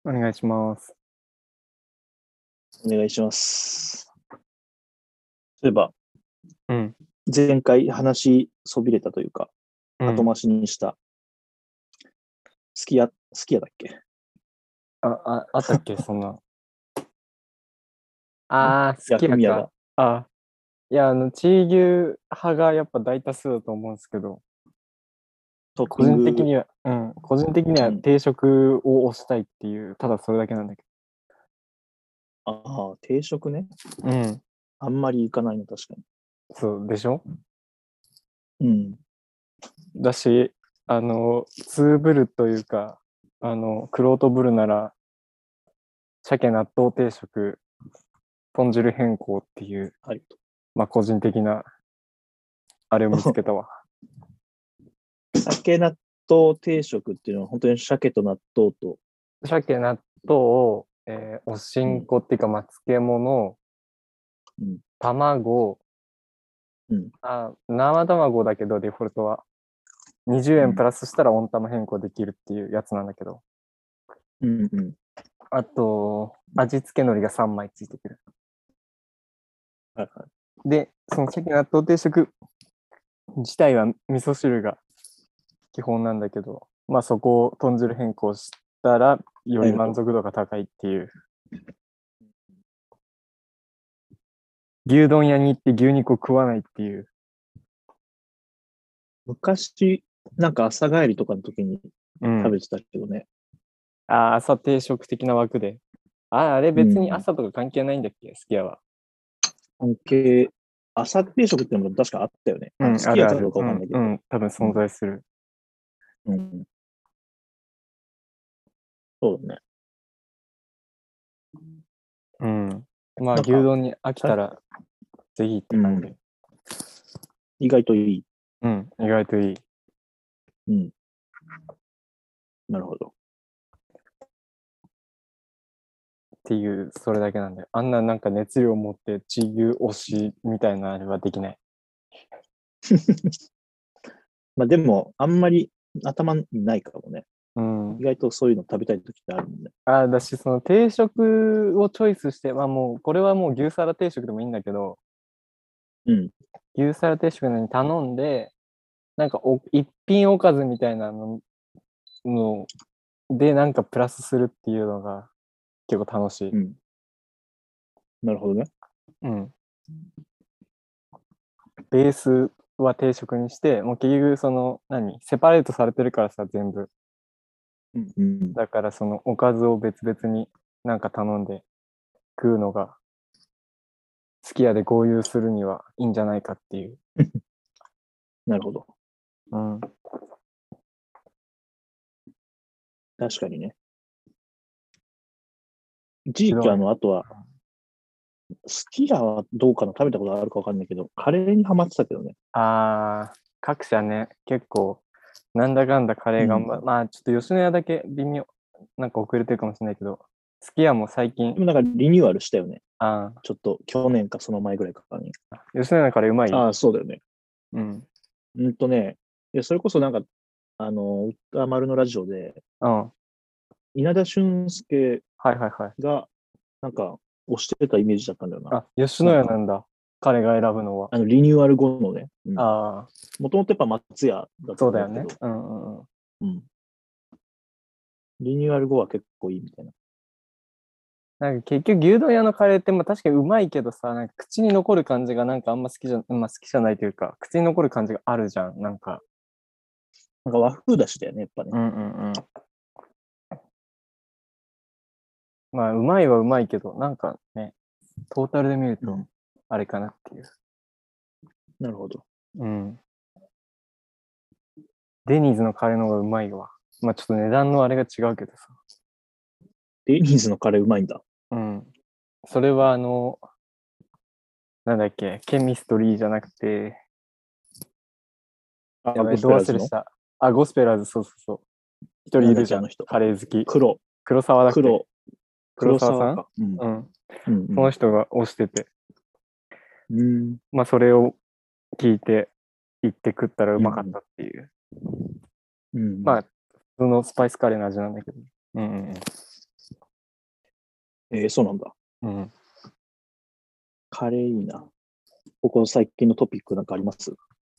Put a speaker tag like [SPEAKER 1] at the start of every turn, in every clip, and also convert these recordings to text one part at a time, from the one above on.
[SPEAKER 1] お願いします。
[SPEAKER 2] お願いします。そういえば、
[SPEAKER 1] うん。
[SPEAKER 2] 前回話しそびれたというか、後
[SPEAKER 1] うん。
[SPEAKER 2] 回しにしたすき家だっけ？
[SPEAKER 1] あったっけそんな。ああ、好きやか。
[SPEAKER 2] 薬味屋が。
[SPEAKER 1] いや、チー牛派がやっぱ大多数だと思うんですけど、
[SPEAKER 2] トッ
[SPEAKER 1] 個
[SPEAKER 2] ピング。
[SPEAKER 1] 人的には、個人的には
[SPEAKER 2] うん。
[SPEAKER 1] 定食を推したいっていう、ただそれだけなんだけ
[SPEAKER 2] ああ、定食ね。
[SPEAKER 1] ど。うん。
[SPEAKER 2] あんまり行かないの、確か
[SPEAKER 1] そうでしょ。
[SPEAKER 2] に。うん。
[SPEAKER 1] だし、ツーブルというか、クロートブルなら、鮭納豆定食、豚汁変更っていう、
[SPEAKER 2] はい。
[SPEAKER 1] まあ個人的な、あれを見つけたわ。
[SPEAKER 2] 鮭納豆定食っていうのは本当に鮭と納豆と、
[SPEAKER 1] 鮭納豆、おし
[SPEAKER 2] うん。
[SPEAKER 1] んこっていうか、まあ、漬物、
[SPEAKER 2] うん。
[SPEAKER 1] 卵、
[SPEAKER 2] うん。
[SPEAKER 1] 生卵だけど、デフォルトは。20
[SPEAKER 2] うん。
[SPEAKER 1] 円プラスしたら温玉変更できるっていうやつなんだけど。
[SPEAKER 2] うん。うん。
[SPEAKER 1] あと、味付け海苔が3枚ついてくる。
[SPEAKER 2] はいはい。
[SPEAKER 1] で、その鮭納豆定食自体は味噌汁が基本なんだけど、まあそこを豚汁変更したら、より満足度が高いっていう。牛丼屋に行って牛肉を食わないっていう。
[SPEAKER 2] 昔、なんか朝帰りとかの時に
[SPEAKER 1] うん。
[SPEAKER 2] 食べてたけどね。
[SPEAKER 1] 朝定食的な枠で。あれ別に
[SPEAKER 2] うん。
[SPEAKER 1] 朝とか関係ないんだっけ、すき家は。
[SPEAKER 2] 関係、朝定食っていうのも確かあったよね。
[SPEAKER 1] うん、
[SPEAKER 2] すき家
[SPEAKER 1] あるある。
[SPEAKER 2] かどうかわかんないけど。
[SPEAKER 1] 多分存
[SPEAKER 2] うん。
[SPEAKER 1] 在する。
[SPEAKER 2] うん。そうだね。
[SPEAKER 1] うん。まあ、
[SPEAKER 2] なんか、
[SPEAKER 1] 牛丼に飽きたら、ぜひって
[SPEAKER 2] うん。
[SPEAKER 1] 感じ。
[SPEAKER 2] 意外といい。
[SPEAKER 1] うん、意外といい。っ
[SPEAKER 2] うん。なるほど。
[SPEAKER 1] ていう、それだけなんだよ。あんななんか熱量を持って、地牛推しみたいなあれはできない。
[SPEAKER 2] まあでも、あんまり頭にないかもね。
[SPEAKER 1] うん。
[SPEAKER 2] 意外とそういうの食べたい時ってあるもんね。
[SPEAKER 1] だし、その定食をチョイスして、まあもう、これはもう牛皿定食でもいいんだけど、
[SPEAKER 2] うん。
[SPEAKER 1] 牛皿定食のに頼んで、なんか一品おかずみたいなので、なんかプラスするっていうのが結構楽しい。
[SPEAKER 2] うん。なるほどね。
[SPEAKER 1] うん。ベースは定食にして、もう結局その、セパレートされてるからさ、全部。
[SPEAKER 2] うん。うん。
[SPEAKER 1] だからそのおかずを別々になんか頼んで食うのが、すき家で合流するにはいいんじゃないかっていう。
[SPEAKER 2] なるほど。
[SPEAKER 1] うん。
[SPEAKER 2] 確かにね。一時期
[SPEAKER 1] けどね。
[SPEAKER 2] あとは、すき家はどうかな、食べたことあるかわかんないけど、カレーにハマってたけどね。
[SPEAKER 1] 各社ね、結構、なんだかんだカレ
[SPEAKER 2] うん。
[SPEAKER 1] ー頑張る。まあ、ちょっと吉野家だけ微妙、なんか遅れてるかもしれないけど、すき家も最近、
[SPEAKER 2] でもなんかリニューアルしたよね。
[SPEAKER 1] あ
[SPEAKER 2] ちょっと去年かその前ぐらいかに。
[SPEAKER 1] 吉野家のカレーうまい。
[SPEAKER 2] ああ、そうだよね。
[SPEAKER 1] うん。
[SPEAKER 2] それこそなんか、歌丸のラジオで、
[SPEAKER 1] うん。
[SPEAKER 2] 稲田俊介
[SPEAKER 1] はいはいはい。
[SPEAKER 2] が、なんか、推してたイメージだったんだよな。
[SPEAKER 1] 吉野
[SPEAKER 2] なんか、
[SPEAKER 1] 家なんだ。彼が選ぶのは。
[SPEAKER 2] リニューアル後のね、うん。
[SPEAKER 1] ああ、
[SPEAKER 2] もともとやっぱ松屋だと
[SPEAKER 1] そうだよね。
[SPEAKER 2] 思うけど、
[SPEAKER 1] うんうんうん。
[SPEAKER 2] うん。リニューアル後は結構いいみたいな。
[SPEAKER 1] なんか結局牛丼屋のカレーってまあ確かにうまいけどさ、なんか口に残る感じがなんかあんま好きじゃないというか、口に残る感じがあるじゃん。なんか。
[SPEAKER 2] なんか和風だしだよね、やっぱね。
[SPEAKER 1] うんうんうん。まあうまいはうまいけど、なんかね、トータルで見ると
[SPEAKER 2] うん。
[SPEAKER 1] あれかなっていう。
[SPEAKER 2] なるほど。
[SPEAKER 1] うん。デニーズのカレーの方がうまいわ。まあちょっと値段のあれが違うけどさ。
[SPEAKER 2] デニーズのカレーうまいんだ。
[SPEAKER 1] うん。それはなんだっけ、ケミストリーじゃなくて、やばい、
[SPEAKER 2] ゴス
[SPEAKER 1] ど
[SPEAKER 2] ペラーズの
[SPEAKER 1] 忘れした。ゴスペラーズ、そうそうそう。一人
[SPEAKER 2] なんだっけ、
[SPEAKER 1] いるじゃん。
[SPEAKER 2] あの人。
[SPEAKER 1] カレー好き。
[SPEAKER 2] 黒、
[SPEAKER 1] 黒沢だっけ。
[SPEAKER 2] 黒、
[SPEAKER 1] 黒沢さん。
[SPEAKER 2] 黒沢か。うん。
[SPEAKER 1] うん。
[SPEAKER 2] うん、
[SPEAKER 1] その人が推してて、
[SPEAKER 2] うん。うん、
[SPEAKER 1] まあそれを聞いて行って食ったらう
[SPEAKER 2] うん、
[SPEAKER 1] まかったっていう。
[SPEAKER 2] うん。
[SPEAKER 1] まあ、普通のスパイスカレーの味なんだけど。うんうんうん。
[SPEAKER 2] そうなんだ。
[SPEAKER 1] うん。
[SPEAKER 2] カレーいいな。ここ最近のトピックなんかあります？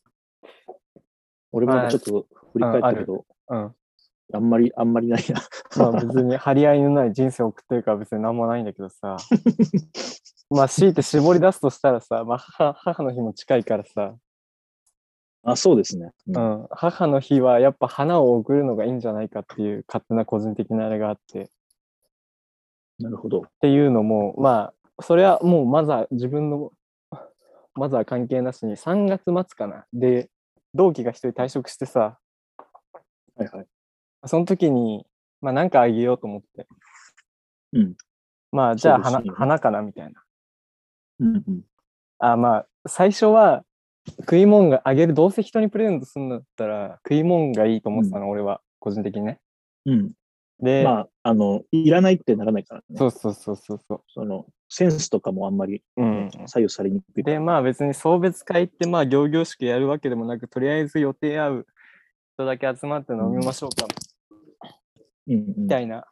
[SPEAKER 2] 俺もなんか
[SPEAKER 1] ま
[SPEAKER 2] ちょっと振り
[SPEAKER 1] あ、ある。
[SPEAKER 2] 返ったけど、
[SPEAKER 1] うん。
[SPEAKER 2] あんまりないな。
[SPEAKER 1] まあ別に張り合いのない人生を送ってるから別に何もないんだけどさ。まあ強いて絞り出すとしたらさ、まあ母の日も近いからさ、
[SPEAKER 2] あ、そうですね。うん。
[SPEAKER 1] うん。母の日はやっぱ花を贈るのがいいんじゃないかっていう勝手な個人的なあれがあって。っ
[SPEAKER 2] なるほど。
[SPEAKER 1] ていうのも、まあ、それはもうまずは自分の、まずは関係なしに3月末かな。で、同期が一人退職してさ、
[SPEAKER 2] はいはい。
[SPEAKER 1] その時に、まあなんかあげようと思って。
[SPEAKER 2] うん。
[SPEAKER 1] まあじ
[SPEAKER 2] そう
[SPEAKER 1] ゃあ
[SPEAKER 2] ですね。
[SPEAKER 1] 花かなみたいな。
[SPEAKER 2] うんうん。
[SPEAKER 1] まあ最初は食い物があげる、どうせ人にプレゼントするんだったら食い物がいいと
[SPEAKER 2] うん。
[SPEAKER 1] 思ってたの、俺は、個人的にね。
[SPEAKER 2] うん。
[SPEAKER 1] で、
[SPEAKER 2] まあ、いらないってならないからね。
[SPEAKER 1] そうそうそうそうそ
[SPEAKER 2] センスとかもあんまり
[SPEAKER 1] う。う
[SPEAKER 2] ね、
[SPEAKER 1] ん。
[SPEAKER 2] 左右されにくいか
[SPEAKER 1] で、
[SPEAKER 2] ら。
[SPEAKER 1] まあ別に送別会ってまあ仰々しくやるわけでもなく、とりあえず予定合う人だけ集まって飲みましょうか
[SPEAKER 2] うんうん。
[SPEAKER 1] みたいな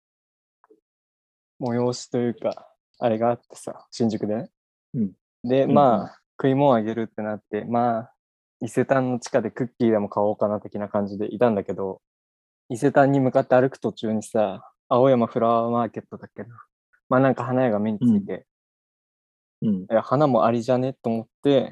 [SPEAKER 1] 催しというか、あれがあってさ、新宿でね。
[SPEAKER 2] うん
[SPEAKER 1] で、
[SPEAKER 2] うんうん。
[SPEAKER 1] まあ食い物あげるってなって、まあ伊勢丹の地下でクッキーでも買おうかな的な感じでいたんだけど、伊勢丹に向かって歩く途中にさ、青山フラワーマーケットだっけど、まあなんか花屋が目に
[SPEAKER 2] うん。
[SPEAKER 1] ついて、
[SPEAKER 2] うん。
[SPEAKER 1] いや花もありじゃねと思って、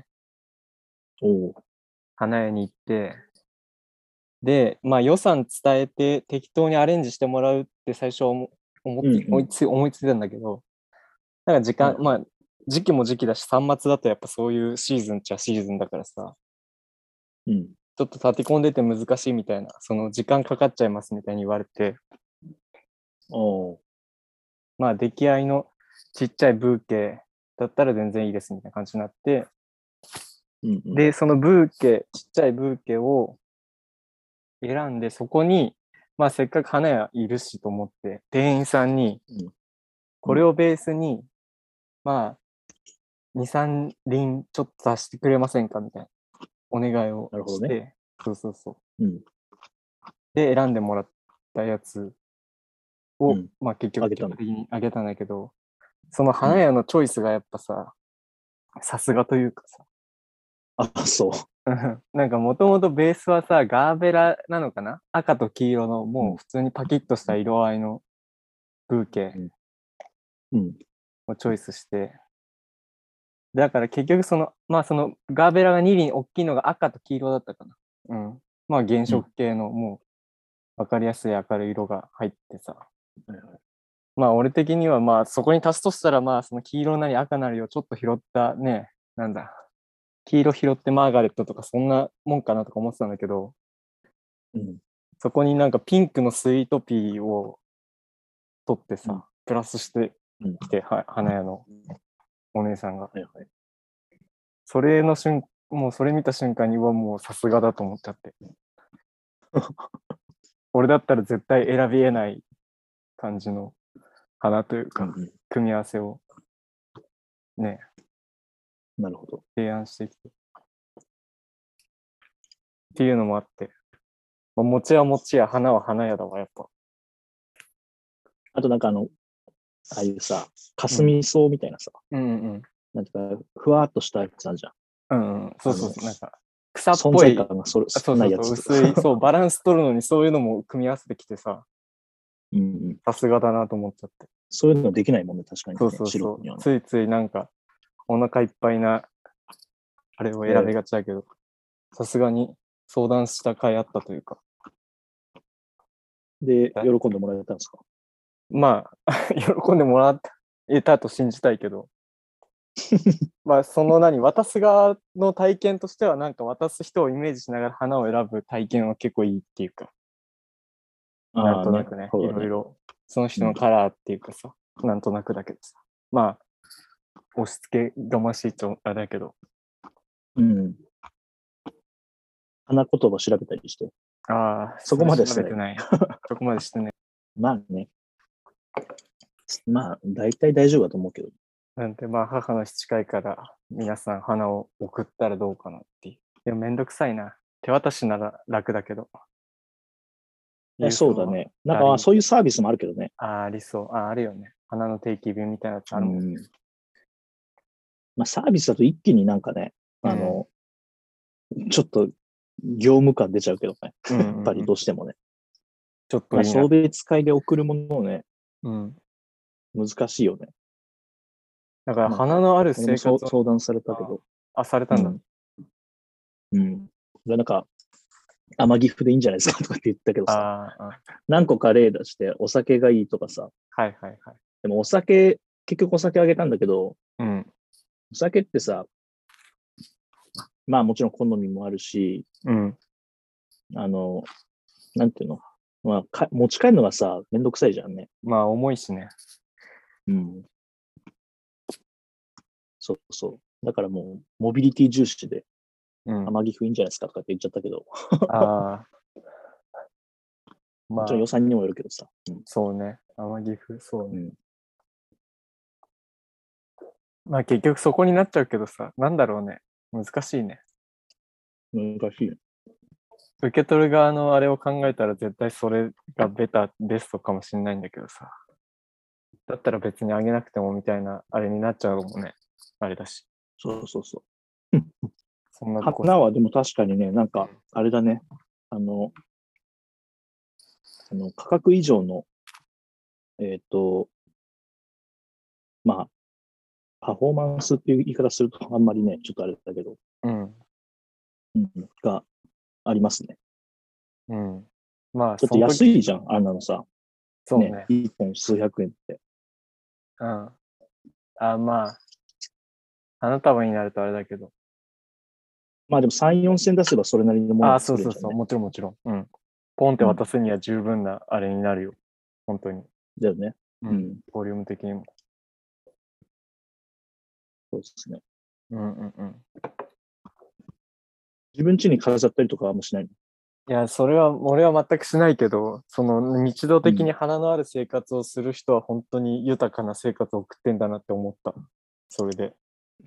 [SPEAKER 2] おお。
[SPEAKER 1] 花屋に行って、で、まあ予算伝えて適当にアレンジしてもらうって最初
[SPEAKER 2] うんうん。
[SPEAKER 1] 思いついたんだけど、なんかまあ時期も時期だし、3末だとやっぱそういうシーズンっちゃシーズンだからさ、
[SPEAKER 2] うん。
[SPEAKER 1] ちょっと立て込んでて難しいみたいな、その時間かかっちゃいますみたいに言われて、
[SPEAKER 2] おお。
[SPEAKER 1] まあ出来合いのちっちゃいブーケだったら全然いいですみたいな感じになって、
[SPEAKER 2] うんうん。
[SPEAKER 1] で、そのちっちゃいブーケを選んで、そこに、まあせっかく花屋いるしと思って、店員さんに、
[SPEAKER 2] うんうん。
[SPEAKER 1] これをベースに、まあ、2、3輪ちょっと足してくれませんかみたいなお願いを
[SPEAKER 2] なるほどね。
[SPEAKER 1] して、そうそうそう。
[SPEAKER 2] うん。
[SPEAKER 1] で、選んでもらったやつを、
[SPEAKER 2] うん。
[SPEAKER 1] まあ結局、
[SPEAKER 2] あげたの。
[SPEAKER 1] 結果的にあげたんだけど、その
[SPEAKER 2] うん。
[SPEAKER 1] 花屋のチョイスがやっぱさ、さすがというかさ、
[SPEAKER 2] あ、そう。
[SPEAKER 1] なんかもともとベースはさ、ガーベラなのかな、赤と黄色の
[SPEAKER 2] うん。
[SPEAKER 1] もう普通にパキッとした色合いのブーケ
[SPEAKER 2] うん。うん。
[SPEAKER 1] をチョイスして、だから結局まあそのガーベラが2輪大きいのが赤と黄色だったかな。うん。まあ原
[SPEAKER 2] うん。
[SPEAKER 1] 色系のもう分かりやすい明るい色が入ってさ。
[SPEAKER 2] はいはい。
[SPEAKER 1] まあ俺的にはまあそこに足すとしたらまあその黄色なり赤なりをちょっと拾ったね、なんだ、黄色拾ってマーガレットとかそんなもんかなとか思ってたんだけど、
[SPEAKER 2] うん。
[SPEAKER 1] そこになんかピンクのスイートピーを取って
[SPEAKER 2] うん。
[SPEAKER 1] さ、プラスして
[SPEAKER 2] うん。
[SPEAKER 1] きて、花屋のお姉さんが。
[SPEAKER 2] はいはい。
[SPEAKER 1] それのもうそれ見た瞬間にはもうさすがだと思っちゃって。俺だったら絶対選び得ない感じの花というか、
[SPEAKER 2] うんうん。
[SPEAKER 1] 組み合わせをね、
[SPEAKER 2] なるほど。
[SPEAKER 1] 提案してきて。っていうのもあって、まあ、餅は餅や花は花屋だわ、やっぱ。
[SPEAKER 2] あとなんかああいうさ、
[SPEAKER 1] うん。
[SPEAKER 2] 霞草みたいなさ、
[SPEAKER 1] うんうん。
[SPEAKER 2] なんていうか、ふわっとしたやつあるじゃん。
[SPEAKER 1] うんうん。そう
[SPEAKER 2] あの、
[SPEAKER 1] そうそう。なんか、草っ
[SPEAKER 2] 存在
[SPEAKER 1] ぽい、
[SPEAKER 2] 感が少ないや
[SPEAKER 1] そうそうそう、
[SPEAKER 2] つ。
[SPEAKER 1] 薄い、そう、バランス取るのにそういうのも組み合わせてきてさ、
[SPEAKER 2] うんうん。
[SPEAKER 1] さすがだなと思っちゃって。
[SPEAKER 2] そういうのできないもんね、確かに
[SPEAKER 1] そう
[SPEAKER 2] ね、
[SPEAKER 1] そうそう。
[SPEAKER 2] 素人にはね。
[SPEAKER 1] ついついなんか、お腹いっぱいな、あれを選びがちだけど、さすがに相談した甲斐あったというか。
[SPEAKER 2] で、喜んでもらえたんですか？
[SPEAKER 1] まあ、喜んでもらえたと信じたいけど、まあ、渡す側の体験としては、なんか渡す人をイメージしながら花を選ぶ体験は結構いいっていうか、なん
[SPEAKER 2] ああね、
[SPEAKER 1] となくね、い
[SPEAKER 2] そうだね。
[SPEAKER 1] ろいろ、その人
[SPEAKER 2] うん。
[SPEAKER 1] のカラーっていうかさ、なんとなくだけどさ、まあ、押し付けがましいとあれだけど、
[SPEAKER 2] うん。花言葉調べたりして。
[SPEAKER 1] ああ、
[SPEAKER 2] そこ
[SPEAKER 1] それ調
[SPEAKER 2] までしてない。
[SPEAKER 1] べてない。そこまでしてね。
[SPEAKER 2] まあね。まあ、大体大丈夫だと思うけど。
[SPEAKER 1] なんで、まあ、母の日近いから、皆さん花を送ったらどうかなっていう。でもめんどくさいな。手渡しなら楽だけど、郵送は
[SPEAKER 2] そうだね。なんか、
[SPEAKER 1] だりー。
[SPEAKER 2] そういうサービスもあるけどね。
[SPEAKER 1] ありそう。あるよね。 花の定期便みたいなやつあるもん。
[SPEAKER 2] まあ、サービスだと一気になんかね、ちょっと業務感出ちゃうけどね。やっぱりどうしてもね。
[SPEAKER 1] ちょっといいな。
[SPEAKER 2] 送別会で送るものをね、
[SPEAKER 1] うん。
[SPEAKER 2] 難しいよね。
[SPEAKER 1] だから花のある生活を
[SPEAKER 2] 相談されたけど。
[SPEAKER 1] されたんだ。
[SPEAKER 2] なんか、天城府でいいんじゃないですかとかって言ったけどさ、何個か例出して、お酒がいいとかさ。
[SPEAKER 1] はいはいはい。
[SPEAKER 2] でも結局お酒あげたんだけど、お酒ってさ、まあもちろん好みもあるし、なんていうの、まあ、持ち帰るのがさ、めんどくさいじゃんね。
[SPEAKER 1] まあ重いしね。
[SPEAKER 2] そうそう。だからもう、モビリティ重視で、天城府いいんじゃないですかとかって言っちゃったけど。もちろん予算にもよるけどさ。
[SPEAKER 1] そうね。天城府、そうね。まあ結局そこになっちゃうけどさ、なんだろうね。難しいね。
[SPEAKER 2] 難しい。
[SPEAKER 1] 受け取る側のあれを考えたら絶対それがベストかもしれないんだけどさ。だったら別にあげなくてもみたいなあれになっちゃうもんね。あれだし。
[SPEAKER 2] そうそうそう。
[SPEAKER 1] そんな
[SPEAKER 2] 花はでも確かにね、なんか、あれだね。価格以上の、まあ、パフォーマンスっていう言い方するとあんまりね、ちょっとあれだけど、がありますね。
[SPEAKER 1] まあ、
[SPEAKER 2] ちょっと安いじゃん、あんなのさ。
[SPEAKER 1] そうね。
[SPEAKER 2] 1本数百円って。
[SPEAKER 1] まあ、花束になるとあれだけど。
[SPEAKER 2] まあでも3、4千出せばそれなりのもの
[SPEAKER 1] そうそうそう、もちろんもちろん。ポンって渡すには十分なあれになるよ。本当に。
[SPEAKER 2] だよね。
[SPEAKER 1] ボリューム的にも。
[SPEAKER 2] そうですね。自分家に飾ったりとかはもしないの？
[SPEAKER 1] いや、俺は全くしないけど、その日常的に花のある生活をする人は本当に豊かな生活を送ってんだなって思った。それで。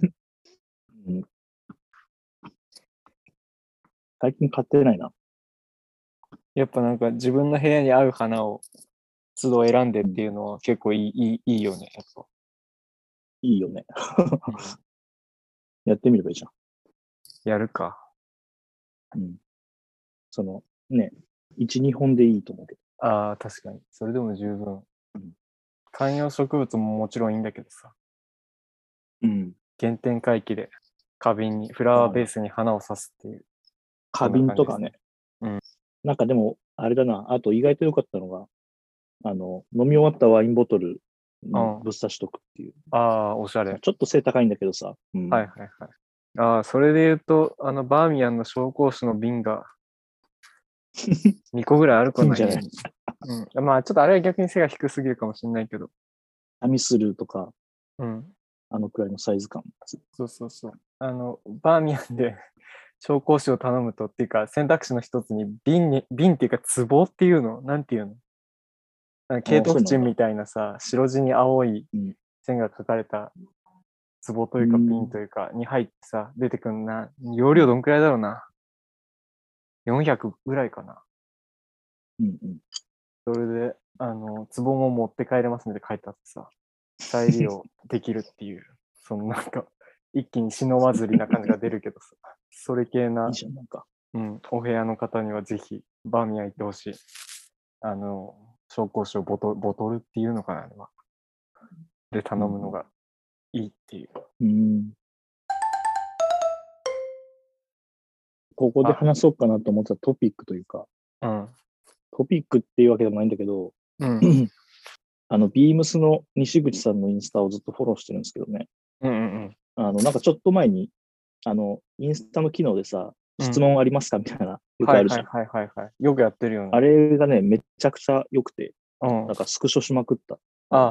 [SPEAKER 2] 最近買ってないな。
[SPEAKER 1] やっぱなんか自分の部屋に合う花を都度選んでっていうのは結構いいよね、やっぱ。
[SPEAKER 2] いいよね。やってみればいいじゃん。
[SPEAKER 1] やるか。
[SPEAKER 2] その、ね、1、2本でいいと思うけど。
[SPEAKER 1] 確かに。それでも十分。観葉植物ももちろんいいんだけどさ。原点回帰で花瓶に、フラワーベースに花を挿すっていう。
[SPEAKER 2] 花瓶とかね。なんかでも、あれだな。あと意外と良かったのが、飲み終わったワインボトルにぶっ刺しとくっていう。
[SPEAKER 1] おしゃれ。
[SPEAKER 2] ちょっと背高いんだけどさ。
[SPEAKER 1] はいはいはい。それで言うと、バーミヤンの紹興酒の瓶が2個ぐらいあるかない。
[SPEAKER 2] いいんじゃない？
[SPEAKER 1] まあ、ちょっとあれは逆に背が低すぎるかもしれないけど。
[SPEAKER 2] アミスルとか、
[SPEAKER 1] あ
[SPEAKER 2] のくらいのサイズ感。
[SPEAKER 1] そうそうそう。バーミヤンで紹興酒を頼むとっていうか、選択肢の一つに瓶っていうか、壺っていうのなんていうのケイトフチンみたいなさ、白地に青い線が書かれた壺というか瓶というかに入ってさ、出てくるな。容量どんくらいだろうな。400ぐらいかな。それで、壺も持って帰れますので書いてあってさ、再利用できるっていう、そのなんか、一気に忍ばずりな感じが出るけどさ、それ系な、お部屋の方にはぜひ、バーミヤン行ってほしい。紹興酒をボトルっていうのかな、あれは。で頼むのがいいっていう。
[SPEAKER 2] ここで話そうかなと思ったトピックというか、トピックっていうわけでもないんだけど、ビームスの西口さんのインスタをずっとフォローしてるんですけどね。なんかちょっと前に、インスタの機能でさ、質問ありますかみたいな、よくあるじゃん。
[SPEAKER 1] よくやってるよね。
[SPEAKER 2] あれがね、めちゃくちゃ良くて、なんかスクショしまくった。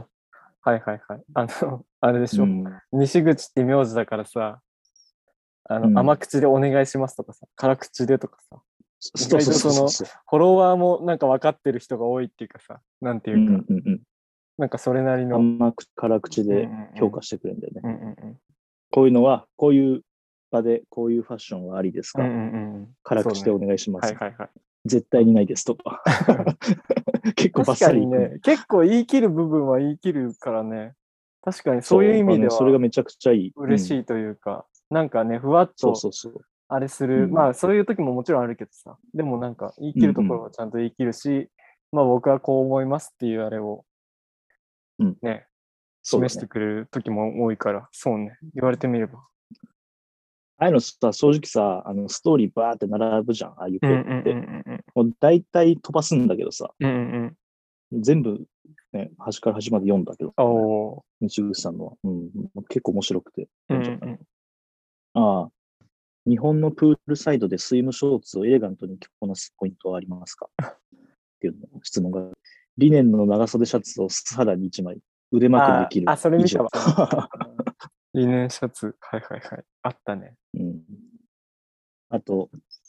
[SPEAKER 1] あれでしょ。西口って名字だからさ、甘口でお願いしますとかさ、辛口でとかさ、意外とそのフォロワーもなんか分かってる人が多いっていうかさ、なんていうか、なんかそれなりの
[SPEAKER 2] 甘口辛口で評価してくれるんだよね。こういうのは、こういう場でこういうファッションはありですか？辛口でお願いします。 絶対にないですとか。結構バッサリ
[SPEAKER 1] ね。結構言い切る部分は言い切るからね。確かにそういう意味では、
[SPEAKER 2] それがめちゃくちゃいい。
[SPEAKER 1] 嬉しいというか、なんかね、ふわっと、あれする、まあそういう時ももちろんあるけどさ、でもなんか言い切るところはちゃんと言い切るし、まあ僕はこう思いますっていうあれを、ね、示してくれる時も多いから、そうね、言われてみれば。
[SPEAKER 2] ああいうのさ、正直さ、ストーリーバーって並ぶじゃん、ああいう系って。もう大体飛ばすんだけどさ、全部、ね、端から端まで読んだけど、西口さんのは、結構面白くて読んじゃった。ああ、日本のプールサイドでスイムショーツをエレガントに着こなすポイントはありますかっていう質問が。リネンの長袖シャツを素肌に1枚、腕まくりできる。
[SPEAKER 1] それ見たわ。リネンシャツ、はいはいはい。あったね。
[SPEAKER 2] あと、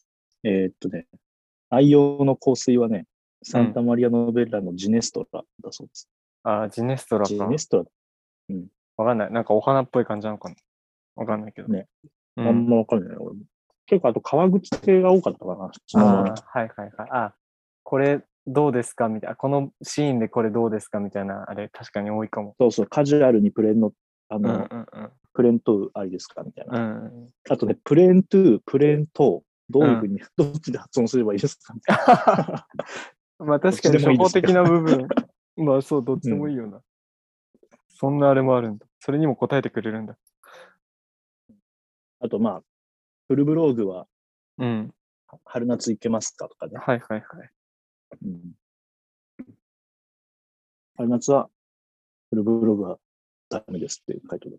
[SPEAKER 2] 愛用の香水はね、サンタマリアノベッラのジネストラだそうです。
[SPEAKER 1] ジネストラか。
[SPEAKER 2] ジネストラ。
[SPEAKER 1] わかんない。なんかお花っぽい感じなのかな。わかんないけど。
[SPEAKER 2] ね。あんまわかんない、俺も。結構あと革靴系が多かったかな。
[SPEAKER 1] はいはいはい。これどうですかみたいな。このシーンでこれどうですかみたいな、あれ確かに多いかも。
[SPEAKER 2] そうそう、カジュアルにプレーンの、プレーントゥーありですかみたいな。あとね、プレーントゥー、プレーントー、どういうふうに、どっちで発音すればいいですかみたいな。
[SPEAKER 1] まあ確かに初歩的な部分。まあそう、どっちでもいいよな。そんなあれもあるんだ。それにも答えてくれるんだ。
[SPEAKER 2] あとまあ、フルブローグは、春夏いけますかとかね。
[SPEAKER 1] はいはいはい。
[SPEAKER 2] 春夏は、フルブログはダメですっていう回答だった。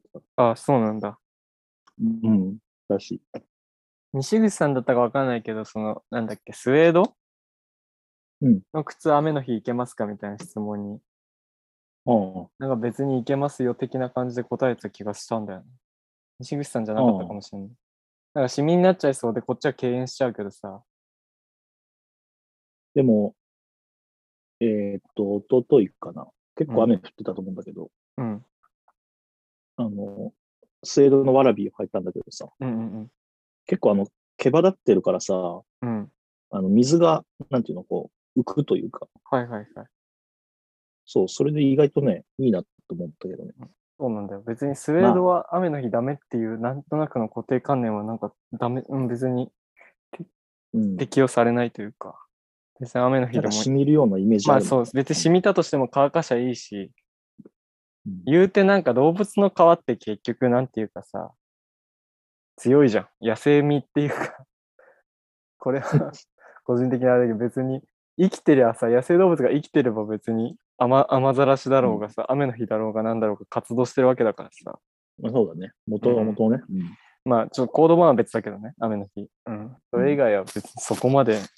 [SPEAKER 1] そうなんだ。
[SPEAKER 2] らしい。
[SPEAKER 1] 西口さんだったかわかんないけど、なんだっけ、スウェードの靴雨の日行けますかみたいな質問に。なんか別に行けますよ的な感じで答えた気がしたんだよね。西口さんじゃなかったかもしれない。なんかシミになっちゃいそうで、こっちは敬遠しちゃうけどさ。
[SPEAKER 2] でも、おとといかな。結構雨降ってたと思うんだけど、スウェードのワラビーを履いたんだけどさ、結構毛羽立ってるからさ、水が、なんていうの、こう、浮くというか。
[SPEAKER 1] はいはいはい。
[SPEAKER 2] そう、それで意外とね、いいなと思ったけどね。
[SPEAKER 1] そうなんだよ。別にスウェードは雨の日ダメっていう、なんとなくの固定観念はなんかダメ、別に、適用されないというか。別に雨の日でも。
[SPEAKER 2] 染みるようなイメージある。
[SPEAKER 1] そう、別に染みたとしても乾かしゃいいし、言うてなんか動物の皮って結局なんていうかさ、強いじゃん。野生味っていうかこれは個人的なあれだけど別に生きてりゃさ、野生動物が生きてれば別に雨ざらしだろうがさ、雨の日だろうがなんだろうが活動してるわけだからさ。
[SPEAKER 2] そうだね。元々ね。
[SPEAKER 1] まあちょっと行動は別だけどね、雨の日。それ以外は別にそこまで、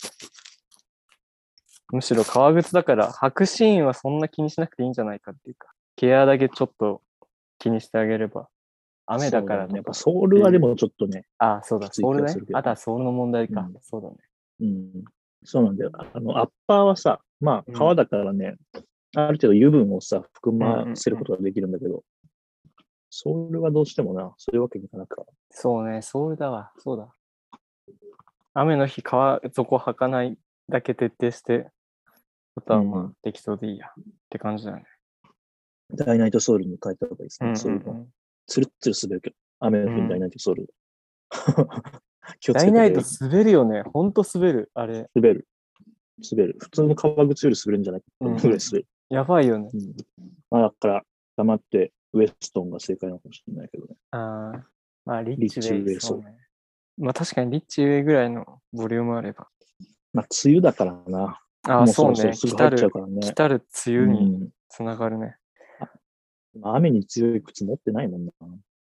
[SPEAKER 1] むしろ革靴だから履くシーンはそんな気にしなくていいんじゃないかっていうか、ケアだけちょっと気にしてあげれば。雨だから
[SPEAKER 2] ね。やっぱソールはでもちょっとね。
[SPEAKER 1] そうだ、ソールね。あとはソールの問題か。そうだね。
[SPEAKER 2] そうなんだよ。アッパーはさ、まあ、革だからね、ある程度油分をさ、含ませることができるんだけど、ソールはどうしてもな、そういうわけにいかなくか。
[SPEAKER 1] そうね、ソールだわ。そうだ。雨の日、革底履かないだけ徹底して、あとはまあ、適当でいいやって感じだよね。
[SPEAKER 2] ダイナイトソールに変えた方がいいですね。そういうの。ツルッツル滑るけど、雨の日にダイナイトソール。
[SPEAKER 1] ダイナイト滑るよね。ほんと滑る、あれ。
[SPEAKER 2] 滑る。普通の革靴より滑るんじゃないかってぐらい滑る。
[SPEAKER 1] やばいよね。
[SPEAKER 2] まあ、だから、黙ってウエストンが正解なのかもしれないけどね。
[SPEAKER 1] まあ、リッチウェイ、そうね。まあ、確かにリッチウェイぐらいのボリュームあれば。
[SPEAKER 2] まあ、梅雨だからな。
[SPEAKER 1] そうね。
[SPEAKER 2] すぐ入っちゃうからね。
[SPEAKER 1] 来たる梅雨につながるね。
[SPEAKER 2] 雨に強い靴持ってないもんな。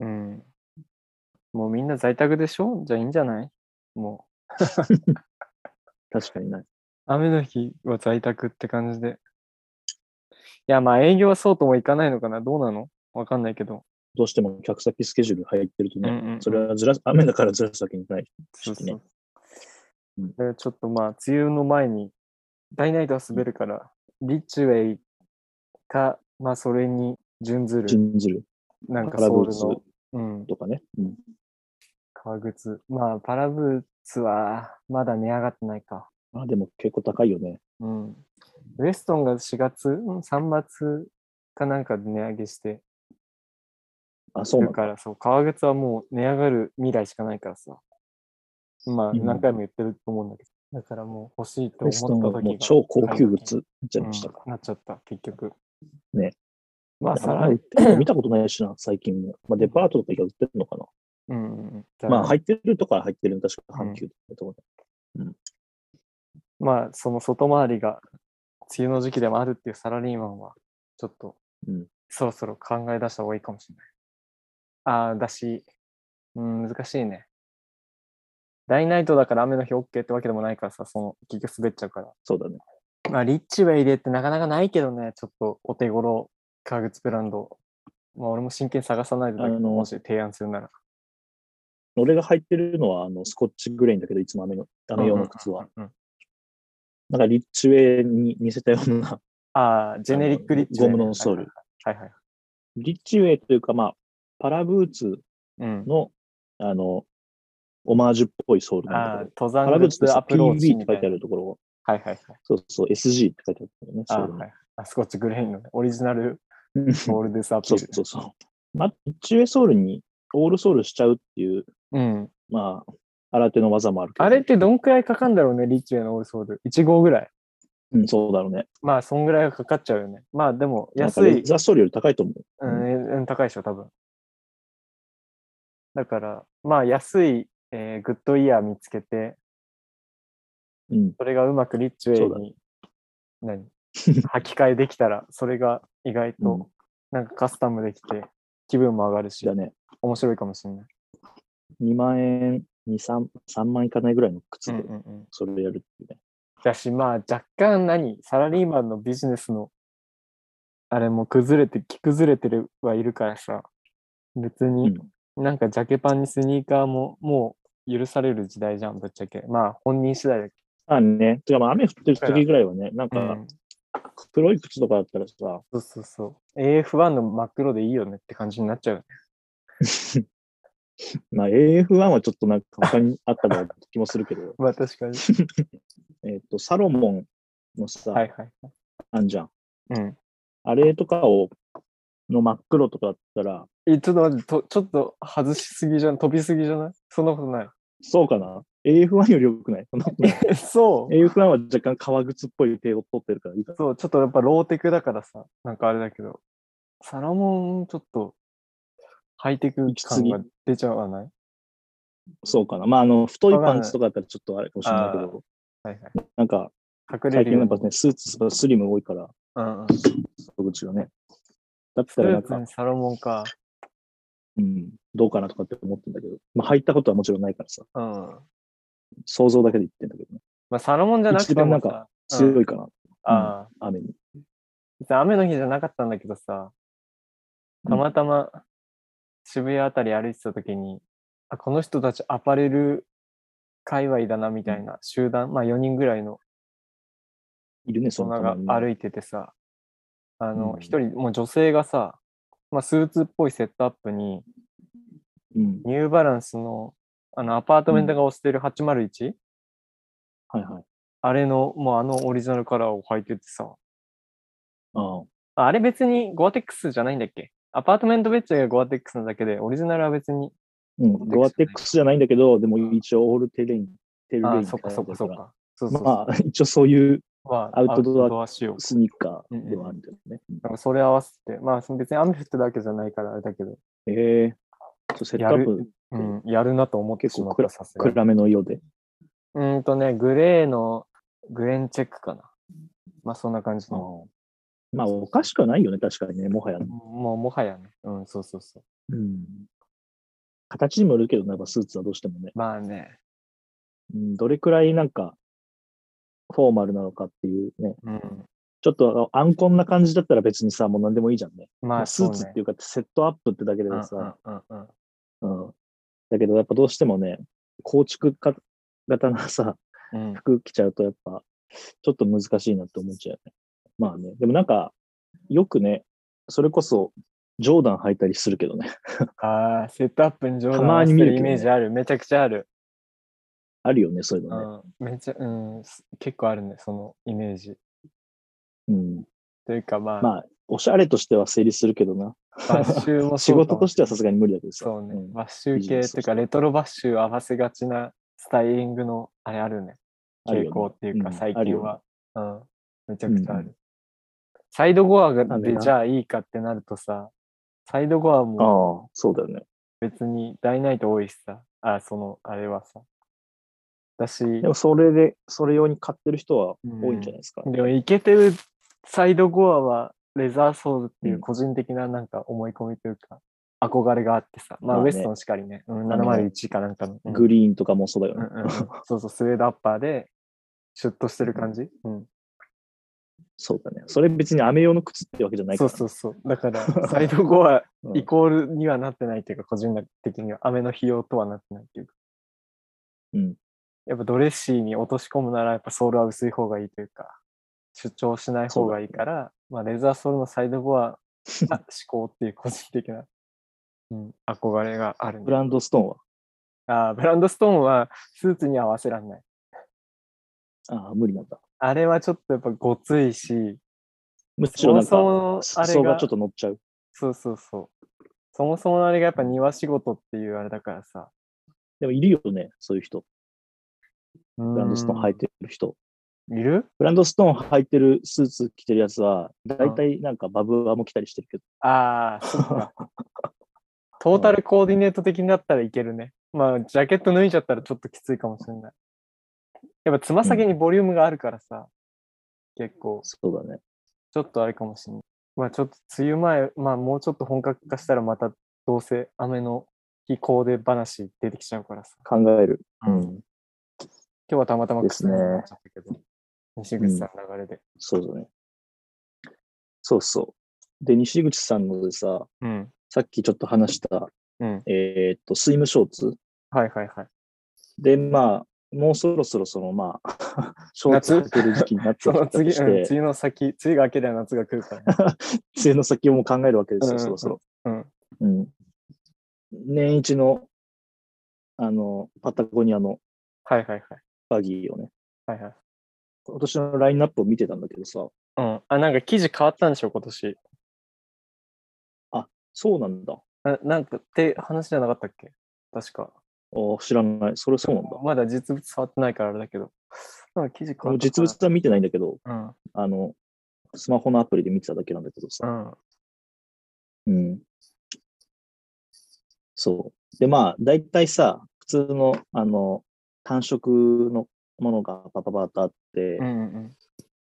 [SPEAKER 1] もうみんな在宅でしょ？じゃあいいんじゃない？もう。
[SPEAKER 2] 確かにない。
[SPEAKER 1] 雨の日は在宅って感じで。いや、まあ営業はそうともいかないのかな。どうなの？わかんないけど。
[SPEAKER 2] どうしても客先スケジュール入ってるとね、それは雨だからずらすわけにいかないしね。
[SPEAKER 1] でちょっとまあ、梅雨の前に、ダイナイトは滑るから、リッチウェイか、まあそれに準ずる。なんかソールの。
[SPEAKER 2] とかね。
[SPEAKER 1] 革靴。まあ、パラブーツはまだ値上がってないか。
[SPEAKER 2] でも結構高いよね。
[SPEAKER 1] うん。ウエストンが4月、3月かなんかで値上げして。
[SPEAKER 2] そうなんだ。
[SPEAKER 1] だからそう、革靴はもう値上がる未来しかないからさ。まあ、何回も言ってると思うんだけど。だからもう欲しいと
[SPEAKER 2] ウエストンはもう
[SPEAKER 1] 思った時が
[SPEAKER 2] 超高級靴になっちゃいましたか。
[SPEAKER 1] なっちゃった、結局。
[SPEAKER 2] ね。
[SPEAKER 1] まあ、
[SPEAKER 2] あんま売ってるの見たことないしな、最近も。デパートとかが売ってるのかな。入ってるとか入ってるの確か阪急ってとこで。
[SPEAKER 1] まあ、その外回りが梅雨の時期でもあるっていうサラリーマンは、ちょっと、そろそろ考え出した方がいいかもしれない。だし、難しいね。ダイナイトだから雨の日 OK ってわけでもないからさ、結局滑っちゃうから。
[SPEAKER 2] そうだね。
[SPEAKER 1] まあ、リッチウェイでってなかなかないけどね、ちょっとお手頃革靴ブランド。まあ、俺も真剣探さないとだけど、もし提案するなら。
[SPEAKER 2] 俺が履いてるのはスコッチグレインだけど、いつも雨用の靴は。なんかリッチウェイに似せたような。
[SPEAKER 1] ジェネリックリッチウェイ、
[SPEAKER 2] ゴムのソール。
[SPEAKER 1] はいはい。
[SPEAKER 2] リッチウェイというか、パラブーツの、オマージュっぽいソールなんだけど。
[SPEAKER 1] 登山靴アプローチ
[SPEAKER 2] PB って書いてあるところ。
[SPEAKER 1] はいはいはい。
[SPEAKER 2] そうそう、SG って書いてあるよね。
[SPEAKER 1] スコッチグレインのオリジナルソールですアピール。
[SPEAKER 2] そう。リッチウェイソールにオールソールしちゃうっていう、新手の技もあるけど。
[SPEAKER 1] あれってどんくらいかかるんだろうね、リッチウェイのオールソール。1号ぐらい。
[SPEAKER 2] そうだろうね。
[SPEAKER 1] まあ、そんぐらいがかかっちゃうよね。まあ、でも、安い。
[SPEAKER 2] レザーソールより高いと思う。
[SPEAKER 1] 高いでしょ、多分。だから、まあ、安い、グッドイヤー見つけて、それがうまくリッチウェイに、履き替えできたら、それが意外と、なんかカスタムできて、気分も上がるし、面白いかもしれない。
[SPEAKER 2] 2万円、3万いかないぐらいの靴で、それをやるっていうね。
[SPEAKER 1] だし、まあ、若干サラリーマンのビジネスの、あれも着崩れてるはいるからさ、別に、なんかジャケパンにスニーカーももう許される時代じゃん、ぶっちゃけ。まあ、本人次第だけ
[SPEAKER 2] ど。ね。てか、雨降ってる時ぐらいはね、なんか、黒い靴とかだったらさ。
[SPEAKER 1] そう。AF1 の真っ黒でいいよねって感じになっちゃうよね。
[SPEAKER 2] AF1 はちょっとなんか他にあったのって気もするけど。
[SPEAKER 1] まあ確かに。
[SPEAKER 2] サロモンのさ、あんじゃん。あれとかの真っ黒とかだったら。
[SPEAKER 1] ちょっと待って、ちょっと外しすぎじゃん、飛びすぎじゃない？そんなことない。
[SPEAKER 2] そうかな？ AF1 より良くない？
[SPEAKER 1] そう。
[SPEAKER 2] AF1 は若干革靴っぽい手を取ってるからいいかな。
[SPEAKER 1] そう、ちょっとやっぱローテクだからさ、なんかあれだけど、サロモンちょっとハイテク感が出ちゃわない？
[SPEAKER 2] そうかな。太いパンツとかだったらちょっとあれかもしれないけど、なんか、最近やっぱね、スーツスリム多いから、口がね。だったらなんか、
[SPEAKER 1] サロモンか。
[SPEAKER 2] どうかなとかって思ってんだけど、入ったことはもちろんないからさ、想像だけで言ってんだけどね。
[SPEAKER 1] まあ、サロモンじゃなくてもさ、
[SPEAKER 2] 一番なんか強いかな。雨に。
[SPEAKER 1] 雨の日じゃなかったんだけどさ、たまたま渋谷あたり歩いてた時に、この人たちアパレル界隈だなみたいな集団、まあ4人ぐらいの
[SPEAKER 2] いるね、
[SPEAKER 1] そんなが歩いててさ、一人、もう女性がさ、まあスーツっぽいセットアップに、ニューバランスの、アパートメントが推してる 801？あれの、もうオリジナルカラーを履いててさ、あれ別にゴアテックスじゃないんだっけ？アパートメントベッチがゴアテックスなだけで、オリジナルは別に。
[SPEAKER 2] ゴアテックスじゃないんだけど、でも一応オールテレイン。
[SPEAKER 1] そっか。
[SPEAKER 2] 一応そういうアウトドア
[SPEAKER 1] 仕様
[SPEAKER 2] スニーカーではあるんだよね。
[SPEAKER 1] それ合わせて、まあ別に雨降ってるわけじゃないからあれだけど。
[SPEAKER 2] セットアップ。
[SPEAKER 1] やるなと思ってしまった。
[SPEAKER 2] 暗めの色で。
[SPEAKER 1] グレーのグレンチェックかな。まあそんな感じの。
[SPEAKER 2] まあおかしくはないよね、確かにね、もはや。
[SPEAKER 1] もはやね。そう。
[SPEAKER 2] 形にもよるけど、なんかスーツはどうしてもね。
[SPEAKER 1] まあね。
[SPEAKER 2] どれくらいなんか、フォーマルなのかっていうね。ちょっとアンコンな感じだったら別にさ、もう何でもいいじゃんね。まあスーツっていうか、セットアップってだけでさ。だけどやっぱどうしてもね、構築型なさ、服着ちゃうとやっぱ、ちょっと難しいなって思っちゃうよね。まあね。でもなんか、よくね、それこそ、ジョーダン履いたりするけどね。
[SPEAKER 1] セットアップにジョーダン合わせてるイメージある。めちゃくちゃある。
[SPEAKER 2] あるよね、そういうのね。
[SPEAKER 1] めっちゃ、結構あるね、そのイメージ。
[SPEAKER 2] うん。
[SPEAKER 1] というか
[SPEAKER 2] まあ、おしゃれとしては成立するけどな。
[SPEAKER 1] バッシュも
[SPEAKER 2] 仕
[SPEAKER 1] そうか
[SPEAKER 2] 事としては
[SPEAKER 1] もしれない。
[SPEAKER 2] さすがに無理だけどさ。
[SPEAKER 1] そうね。
[SPEAKER 2] うん。
[SPEAKER 1] バッシュ
[SPEAKER 2] ビジネ
[SPEAKER 1] 系っていうか、
[SPEAKER 2] スとしては。
[SPEAKER 1] レトロバッシュ合わせがちなスタイリングの、あれあるね。傾
[SPEAKER 2] あるよね。
[SPEAKER 1] 向っていうか、
[SPEAKER 2] うん。あるよね。
[SPEAKER 1] 最近は。うん。めちゃ
[SPEAKER 2] うんうん。
[SPEAKER 1] くちゃある。サイドゴア
[SPEAKER 2] なんでな。
[SPEAKER 1] でじゃあいいかってなるとさ、サイドゴアも
[SPEAKER 2] ああ、そうだよね。
[SPEAKER 1] 別にダイナイト多いしさ、あれはさ。だし、
[SPEAKER 2] でもそれ用に買ってる人は
[SPEAKER 1] う
[SPEAKER 2] 多いんじゃ
[SPEAKER 1] ん。
[SPEAKER 2] ないですか、やっ
[SPEAKER 1] でも、
[SPEAKER 2] ぱり。
[SPEAKER 1] イケてるサイドゴアは、レザーソールっていう
[SPEAKER 2] うん。
[SPEAKER 1] 個人的ななんか思い込みというか、憧れがあってさ、まあ、ウエスト
[SPEAKER 2] まあね、
[SPEAKER 1] ンしかりね、
[SPEAKER 2] あの、
[SPEAKER 1] 701かなんかの、
[SPEAKER 2] グリーンとかもそうだよね。
[SPEAKER 1] そうそう、スウェードアッパーで、シュッとしてる
[SPEAKER 2] うん
[SPEAKER 1] 感じ。うん。
[SPEAKER 2] そうだね。それ別に雨用の靴ってわけじゃない
[SPEAKER 1] そう
[SPEAKER 2] からね。
[SPEAKER 1] そうそう。だから、サイドゴア
[SPEAKER 2] うん。
[SPEAKER 1] イコールにはなってないというか、個人的には、雨の費用とはなってないというか、
[SPEAKER 2] うん。
[SPEAKER 1] やっぱドレッシーに落とし込むなら、やっぱソールは薄い方がいいというか、主張しない方がいい
[SPEAKER 2] そうだね。
[SPEAKER 1] から、まあ、レザーソールのサイドゴアが思考っていう個人的な、憧れがあるね。
[SPEAKER 2] ブランドストーンは。
[SPEAKER 1] ブランドストーンはスーツに合わせらんない。
[SPEAKER 2] ああ、無理なんだ。
[SPEAKER 1] あれはちょっとやっぱごついし、
[SPEAKER 2] むし
[SPEAKER 1] そも
[SPEAKER 2] ろなんか、
[SPEAKER 1] そもあれ
[SPEAKER 2] 裾がちょっ
[SPEAKER 1] が、
[SPEAKER 2] と乗っちゃう。
[SPEAKER 1] そうそうそう。そもそものあれがやっぱ
[SPEAKER 2] うん、
[SPEAKER 1] 庭仕事っていうあれだからさ。
[SPEAKER 2] でもいるよね、そういう人。
[SPEAKER 1] うー
[SPEAKER 2] ブランドストーン履い
[SPEAKER 1] ん。
[SPEAKER 2] てる人。
[SPEAKER 1] いる
[SPEAKER 2] ブランドストーン履いてるスーツ着てるやつは、
[SPEAKER 1] うん。
[SPEAKER 2] だいたいなんかバブアも着たりしてるけど。
[SPEAKER 1] ああ、そっか。トータ
[SPEAKER 2] うん、
[SPEAKER 1] ルコーディネート的になったらいけるね。まあ、ジャケット脱いじゃったらちょっときついかもしれない。やっぱつま
[SPEAKER 2] うん、
[SPEAKER 1] 先にボリュームがあるからさ、結構、
[SPEAKER 2] そうだね。
[SPEAKER 1] ちょっとあれかもしれない。まあちょっと梅雨前、まあもうちょっと本格化したらまたどうせ雨の日コーデ話出てきちゃうからさ。
[SPEAKER 2] 考える。
[SPEAKER 1] うん。今
[SPEAKER 2] うん。
[SPEAKER 1] 日はたまたま
[SPEAKER 2] です
[SPEAKER 1] 靴になっ
[SPEAKER 2] ね。
[SPEAKER 1] ちゃったけど、西口さ
[SPEAKER 2] うん。
[SPEAKER 1] んの流れで。
[SPEAKER 2] そうだね。そうそう。で、西口さんのでさ、
[SPEAKER 1] うん。
[SPEAKER 2] さっきちょっと話した、
[SPEAKER 1] うん。
[SPEAKER 2] スイムショーツ。
[SPEAKER 1] はいはいはい。
[SPEAKER 2] で、まあ、もうそろそろその、まあ、ショーツ
[SPEAKER 1] 夏
[SPEAKER 2] 履ける時期になってきたと
[SPEAKER 1] その次、梅
[SPEAKER 2] して、
[SPEAKER 1] 雨の先、梅雨が明けりゃ夏が来るからね。
[SPEAKER 2] 梅雨の先をも考えるわけですよ、
[SPEAKER 1] うんうん
[SPEAKER 2] そろそろ。
[SPEAKER 1] うん。うん。
[SPEAKER 2] うん。年一の、パタゴニアの
[SPEAKER 1] はいはいはい。
[SPEAKER 2] バギーをね、
[SPEAKER 1] はいはい。
[SPEAKER 2] 今年のラインナップを見てたんだけどさ、
[SPEAKER 1] うん。なんか記事変わったんでしょ、今年。
[SPEAKER 2] あ、そうなんだ。
[SPEAKER 1] なんかって話じゃなかったっけ確か。
[SPEAKER 2] 知らない。それそうなんだ。
[SPEAKER 1] まだ実物触ってないからあれだけど。なんか記事変わ
[SPEAKER 2] 俺
[SPEAKER 1] ったか
[SPEAKER 2] 実物は見てないんだけど、
[SPEAKER 1] な。
[SPEAKER 2] あの、スマホのアプリで見てただけなんだけどさ。
[SPEAKER 1] うん。うん。
[SPEAKER 2] うん。そう。で、まあ、大体さ、普通の、単色のものがパパパッとあって、
[SPEAKER 1] うんうん。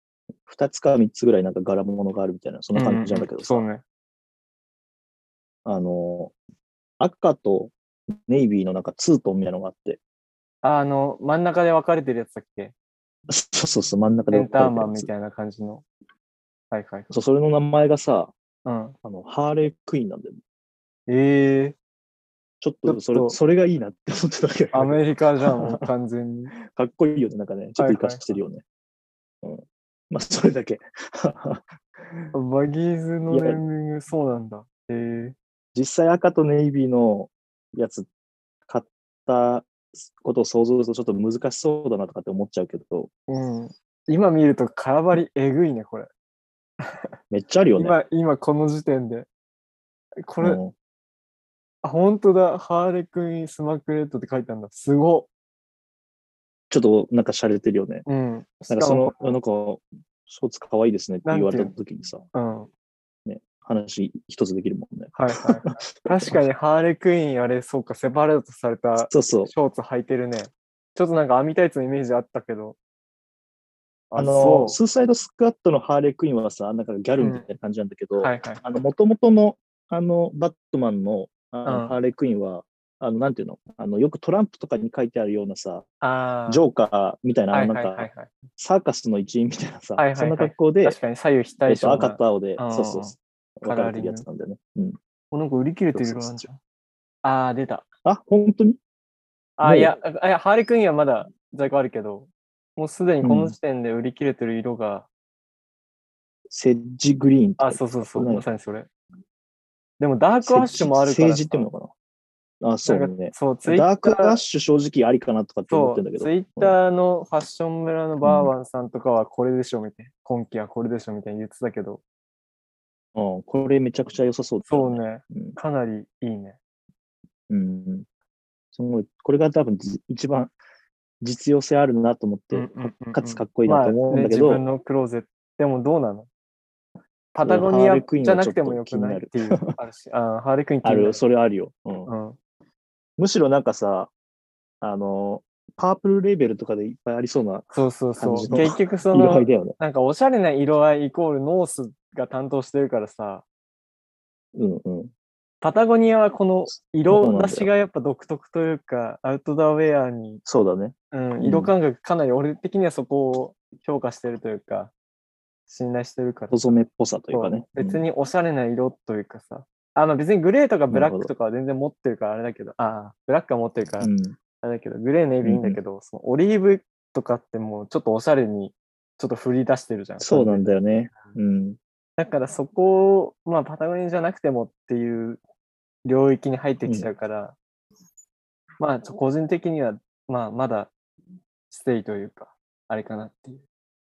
[SPEAKER 2] 2つか3つぐらいなんか柄物があるみたいな、そんな感じなんだけどさ、
[SPEAKER 1] そうね。
[SPEAKER 2] あの、赤とネイビーのなんかツートンみたいなのがあって、
[SPEAKER 1] 真ん中で分かれてるやつだっけ
[SPEAKER 2] そうそうそう、真ん中で分
[SPEAKER 1] センター
[SPEAKER 2] かれてるやつ。
[SPEAKER 1] マンみたいな感じの。はいはいはい。
[SPEAKER 2] そう、それの名前がさ、
[SPEAKER 1] うん。
[SPEAKER 2] ハーレークイーンなんだよね。
[SPEAKER 1] ええ
[SPEAKER 2] ちょっと、
[SPEAKER 1] ちょっと
[SPEAKER 2] それがいいなって思ってただけだけど。
[SPEAKER 1] アメリカじゃん、もう完全に。
[SPEAKER 2] かっこいいよね、なんかね、ちょっと活か
[SPEAKER 1] はいはいは
[SPEAKER 2] してるよね。うん。まあ、それだけ。
[SPEAKER 1] い。バギーズの
[SPEAKER 2] いや、
[SPEAKER 1] ネーミング、そうなんだ。
[SPEAKER 2] 実際赤とネイビーのやつ買ったことを想像するとちょっと難しそうだなとかって思っちゃうけど、
[SPEAKER 1] うん。今見ると空張りえぐいね、これ。
[SPEAKER 2] めっちゃあるよね。
[SPEAKER 1] 今この時点で。これ、
[SPEAKER 2] うん。
[SPEAKER 1] 本当だ。ハーレクイーンスマクレットって書いてあるんだ。すご
[SPEAKER 2] ちょっとなんか洒落てるよね。
[SPEAKER 1] うん。し
[SPEAKER 2] なんか
[SPEAKER 1] かもこの、
[SPEAKER 2] なんか、ショーツかわいいですねって言われた
[SPEAKER 1] なんていう
[SPEAKER 2] 時にさ、
[SPEAKER 1] の。うん。
[SPEAKER 2] ね、話一つできるもんね。
[SPEAKER 1] はいはいはい。確かにハーレクイーン、あれ、そうか、セパレートされた
[SPEAKER 2] そうそう。
[SPEAKER 1] ショーツ履いてるね。ちょっとなんか網タイツのイメージあったけど。そ
[SPEAKER 2] スーサイドスクワットのハーレークイーンはさ、なんかギャ
[SPEAKER 1] う。
[SPEAKER 2] ル
[SPEAKER 1] うん。
[SPEAKER 2] みたいな感じなんだけど、
[SPEAKER 1] はいはいはい。
[SPEAKER 2] もともとの、バットマンの、
[SPEAKER 1] うん。
[SPEAKER 2] ハーレークイーンは、なんていうのよくトランプとかに書いてあるようなさ、ジ
[SPEAKER 1] あ
[SPEAKER 2] ョーカーみたいな、
[SPEAKER 1] あ、はい
[SPEAKER 2] なんか、
[SPEAKER 1] はいはいはい。
[SPEAKER 2] サーカスの一員みたいなさ、そんな
[SPEAKER 1] はいはいはい。
[SPEAKER 2] 格好で、
[SPEAKER 1] 確かに左右非対称
[SPEAKER 2] 赤
[SPEAKER 1] な。
[SPEAKER 2] と青で、
[SPEAKER 1] うんうんうん。
[SPEAKER 2] そうそうそう、分かれてる
[SPEAKER 1] カラーリング。
[SPEAKER 2] やつなんだよね。うん。
[SPEAKER 1] なんか売り切れてる
[SPEAKER 2] そうそうそう。
[SPEAKER 1] 色なんじゃん。ああ、出た。
[SPEAKER 2] 本当に
[SPEAKER 1] いや、
[SPEAKER 2] も
[SPEAKER 1] ハーレクイーンはまだ在庫あるけど、もうすでに
[SPEAKER 2] う、う
[SPEAKER 1] この
[SPEAKER 2] ん。
[SPEAKER 1] 時点で売り切れてる色が、
[SPEAKER 2] セッジグリーンって書いて
[SPEAKER 1] そう
[SPEAKER 2] ますか
[SPEAKER 1] そうそう、ま
[SPEAKER 2] これ何
[SPEAKER 1] さにそれ。でもダークアッシュもあるか
[SPEAKER 2] 政治っていう
[SPEAKER 1] らさ、
[SPEAKER 2] のかなあ、そうね。
[SPEAKER 1] そう、ツイッター。
[SPEAKER 2] ダークラッシュ正直ありかなとかって思ってるんだけど。
[SPEAKER 1] ツイッターのファッション村のバーワンさんとかはこれでしょみたいな、今季はこれでしょみたいに言ってたけど。
[SPEAKER 2] うん、これめちゃくちゃ良さそうだ
[SPEAKER 1] よね。そうね、かなりいいね。
[SPEAKER 2] うん。すごい、これが多分一番実用性あるなと思って、かつかっこいいなと思うんだけど。
[SPEAKER 1] 自分のクローゼット。でもどうなの？パタゴニアじゃなくてもよくないっていうあるし。ハーレクイーン
[SPEAKER 2] ある、それあるよ。むしろなんかさ、パープルレーベルとかでいっぱいありそうな感じの
[SPEAKER 1] 結局その、なんかおしゃれな色合いイコールノースが担当してるからさ、パタゴニアはこの色出しがやっぱ独特というか、アウトドアウェアに、
[SPEAKER 2] そうだね。
[SPEAKER 1] 色感覚かなり俺的にはそこを評価してるというか、信頼してるから。
[SPEAKER 2] 細めっぽさというかね。
[SPEAKER 1] 別におしゃれな色というかさ、別にグレーとかブラックとかは全然持ってるからあれだけど、ブラックは持ってるからあれだけど、グレーネイビーいいんだけど、そのオリーブとかってもうちょっとおしゃれにちょっと振り出してるじゃん。
[SPEAKER 2] そうなんだよね。
[SPEAKER 1] だからそこを、パタゴニアじゃなくてもっていう領域に入ってきちゃうから、個人的には、まだステイというか、あれかなっていう。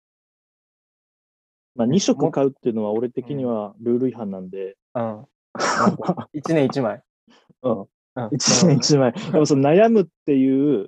[SPEAKER 2] 2色買うっていうのは俺的にはルール違反なんで。
[SPEAKER 1] 1年1枚。
[SPEAKER 2] 1年1枚。でもその悩むっていう、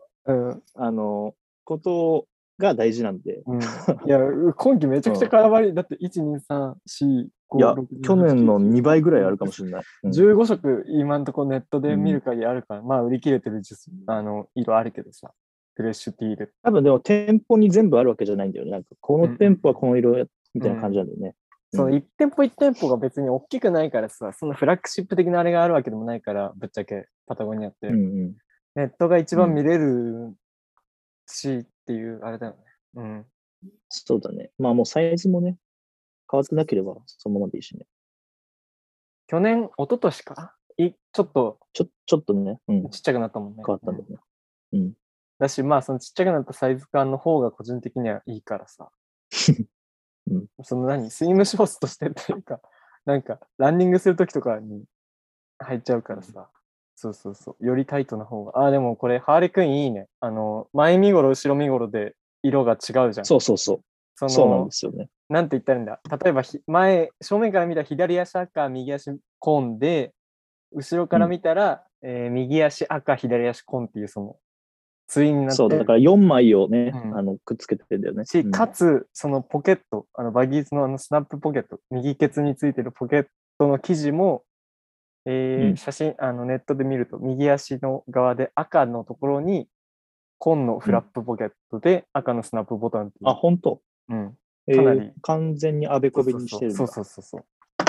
[SPEAKER 2] ことが大事なんで。
[SPEAKER 1] いや、今季めちゃくちゃ空張り。だって、1、2、3、4、5、
[SPEAKER 2] いや、去年の2倍ぐらいあるかもしれない。
[SPEAKER 1] 15色、今のところネットで見る限りあるから、売り切れてる色あるけどさ。フレッシュティール。
[SPEAKER 2] 多分でも店舗に全部あるわけじゃないんだよね。なんかこの店舗はこの色みたいな感じなんだよね。
[SPEAKER 1] その1店舗1店舗が別に大きくないからさ、そのフラッグシップ的なあれがあるわけでもないから、ぶっちゃけパタゴニアって。ネットが一番見れるしっていう、あれだよね。
[SPEAKER 2] そうだね。もうサイズもね、変わってなければそのままでいいしね。
[SPEAKER 1] 去年、一昨年かちょっと
[SPEAKER 2] ね、
[SPEAKER 1] ちっちゃくなったもんね。
[SPEAKER 2] 変わったんだよね。
[SPEAKER 1] だし、そのちっちゃくなったサイズ感の方が個人的にはいいからさ。そのスイムショーツとしてっていうか、なんか、ランニングするときとかに入っちゃうからさ。そう。よりタイトな方が。でもこれ、ハーレクイーンいいね。前身頃、後ろ身頃で色が違うじゃん。
[SPEAKER 2] そう。そうなんですよね。
[SPEAKER 1] なんて言ったらいいんだ。例えば、正面から見たら左足赤、右足紺で、後ろから見たら、右足赤、左足紺っていうその、ツインになって。
[SPEAKER 2] そう、だから4枚をね、くっつけてるんだよね。
[SPEAKER 1] かつ、そのポケット、バギーズのスナップポケット、右ケツについてるポケットの生地も、写真、ネットで見ると、右足の側で赤のところに、紺のフラップポケットで赤のスナップボタンっていう。
[SPEAKER 2] 本当？かなり。完全にあべこべにしてるんだ。
[SPEAKER 1] そう。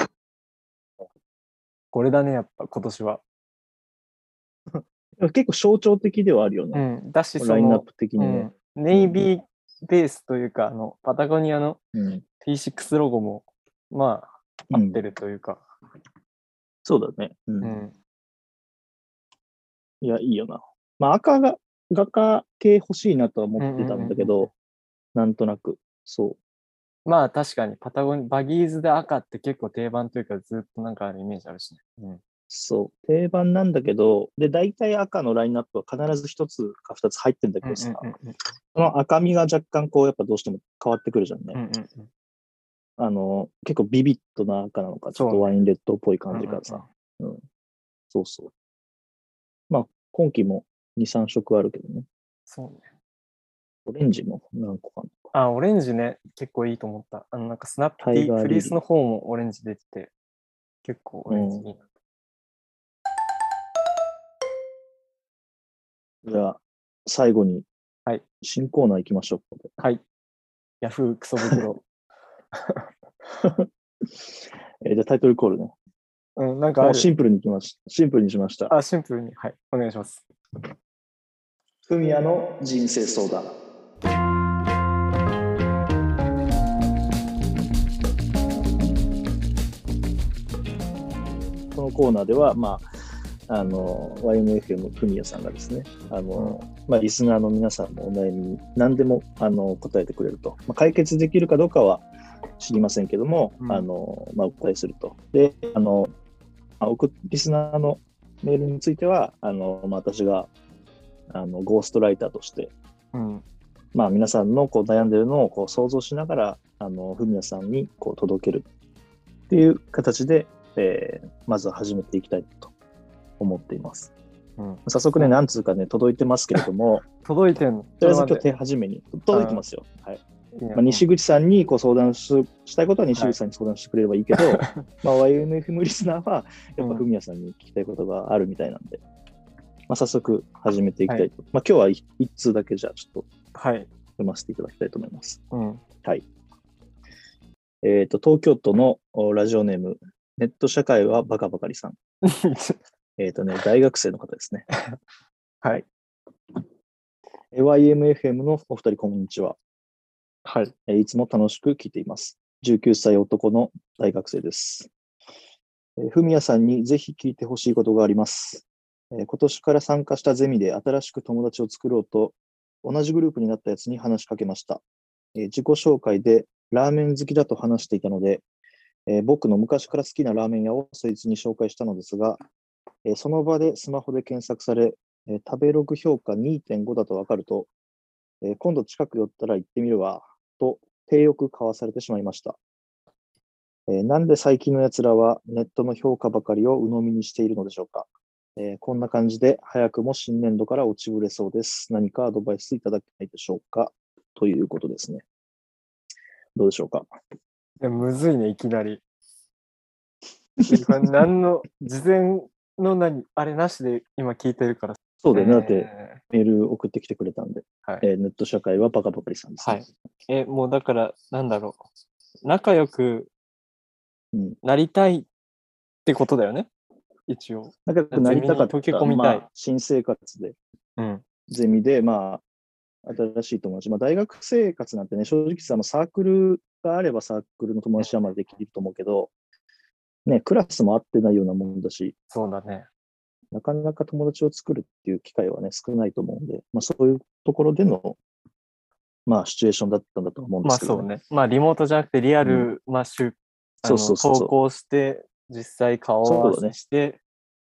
[SPEAKER 1] これだね、やっぱ今年は。
[SPEAKER 2] 結構象徴的ではあるよね。
[SPEAKER 1] だし、
[SPEAKER 2] ラインナップ的にね。
[SPEAKER 1] ネイビーベースというか、パタゴニアの P6 ロゴも、合ってるというか。
[SPEAKER 2] そうだね。いや、いいよな。赤が画家系欲しいなとは思ってたんだけど、なんとなく、そう。
[SPEAKER 1] 確かに、バギーズで赤って結構定番というか、ずっとなんかあるイメージあるしね。
[SPEAKER 2] そう。定番なんだけど、で、大体赤のラインナップは必ず1つか2つ入ってるんだけどさ、その赤みが若干やっぱどうしても変わってくるじゃんね。結構ビビッドな赤なのか、ちょっとワインレッドっぽい感じからさ。そう。今季も2、3色あるけどね。
[SPEAKER 1] そうね。
[SPEAKER 2] オレンジも何個か
[SPEAKER 1] オレンジね、結構いいと思った。なんかスナップティー、フリースの方もオレンジ出てて、結構オレンジいいな。
[SPEAKER 2] じゃあ、最後に、新コーナー行きましょう。
[SPEAKER 1] はい。ヤフークソ袋。
[SPEAKER 2] じゃあタイトルコールね。
[SPEAKER 1] なんか
[SPEAKER 2] シンプルにしました。シンプルに。
[SPEAKER 1] シンプルに。はい。お願いします。
[SPEAKER 2] フミヤの人生相談。このコーナーでは、YMFM フミヤさんがですね、リスナーの皆さんのお悩みに何でも答えてくれると。解決できるかどうかは知りませんけども、お答えすると。で、リスナーのメールについては、私が、ゴーストライターとして、皆さんのこう悩んでるのをこう想像しながら、フミヤさんにこう届けるっていう形で、まずは始めていきたいと思っています。早速ね、何通かね、届いてますけれども、
[SPEAKER 1] 届いてんの？
[SPEAKER 2] とりあえず今日手始めに届いてますよ。はい。西口さんにこう相談したいことは西口さんに相談してくれればいいけど、YMFM リスナーはやっぱフミヤさんに聞きたいことがあるみたいなんで、早速始めていきたいと。今日は1通だけじゃあちょっと読ませていただきたいと思います。はい。東京都のラジオネーム、ネット社会はバカバカりさん。大学生の方ですね。はい。YMFM のお二人、こんにちは。はい。いつも楽しく聞いています。19歳男の大学生です。フミヤさんにぜひ聞いてほしいことがあります。今年から参加したゼミで新しく友達を作ろうと、同じグループになったやつに話しかけました。自己紹介でラーメン好きだと話していたので、僕の昔から好きなラーメン屋をそいつに紹介したのですが、その場でスマホで検索され、食べログ評価 2.5 だと分かると、今度近く寄ったら行ってみるわ、と体よく交わされてしまいました。なんで最近の奴らはネットの評価ばかりを鵜呑みにしているのでしょうか。こんな感じで早くも新年度から落ちぶれそうです。何かアドバイスいただけないでしょうか、ということですね。どうでしょうか。
[SPEAKER 1] むずいね、いきなり。何の、事前のあれなしで今聞いてるから。
[SPEAKER 2] そうだよね。だってメール送ってきてくれたんで。ネット社会はバカバカりさんですね。
[SPEAKER 1] はい。もうだから、なんだろう。仲良くなりたいってことだよね。一応。
[SPEAKER 2] 仲良くなりたかった。
[SPEAKER 1] 溶け込みたい。
[SPEAKER 2] 新生活で。ゼミで、新しい友達。大学生活なんてね、正直さ、サークルがあればサークルの友達はまだできると思うけど、ね、クラスも合ってないようなもんだし。
[SPEAKER 1] そうだね。
[SPEAKER 2] なかなか友達を作るっていう機会はね、少ないと思うんで、そういうところでの、シチュエーションだったんだと思うんですけど、ね。
[SPEAKER 1] そうね。リモートじゃなくてリアル、投稿して、実際顔合わせして、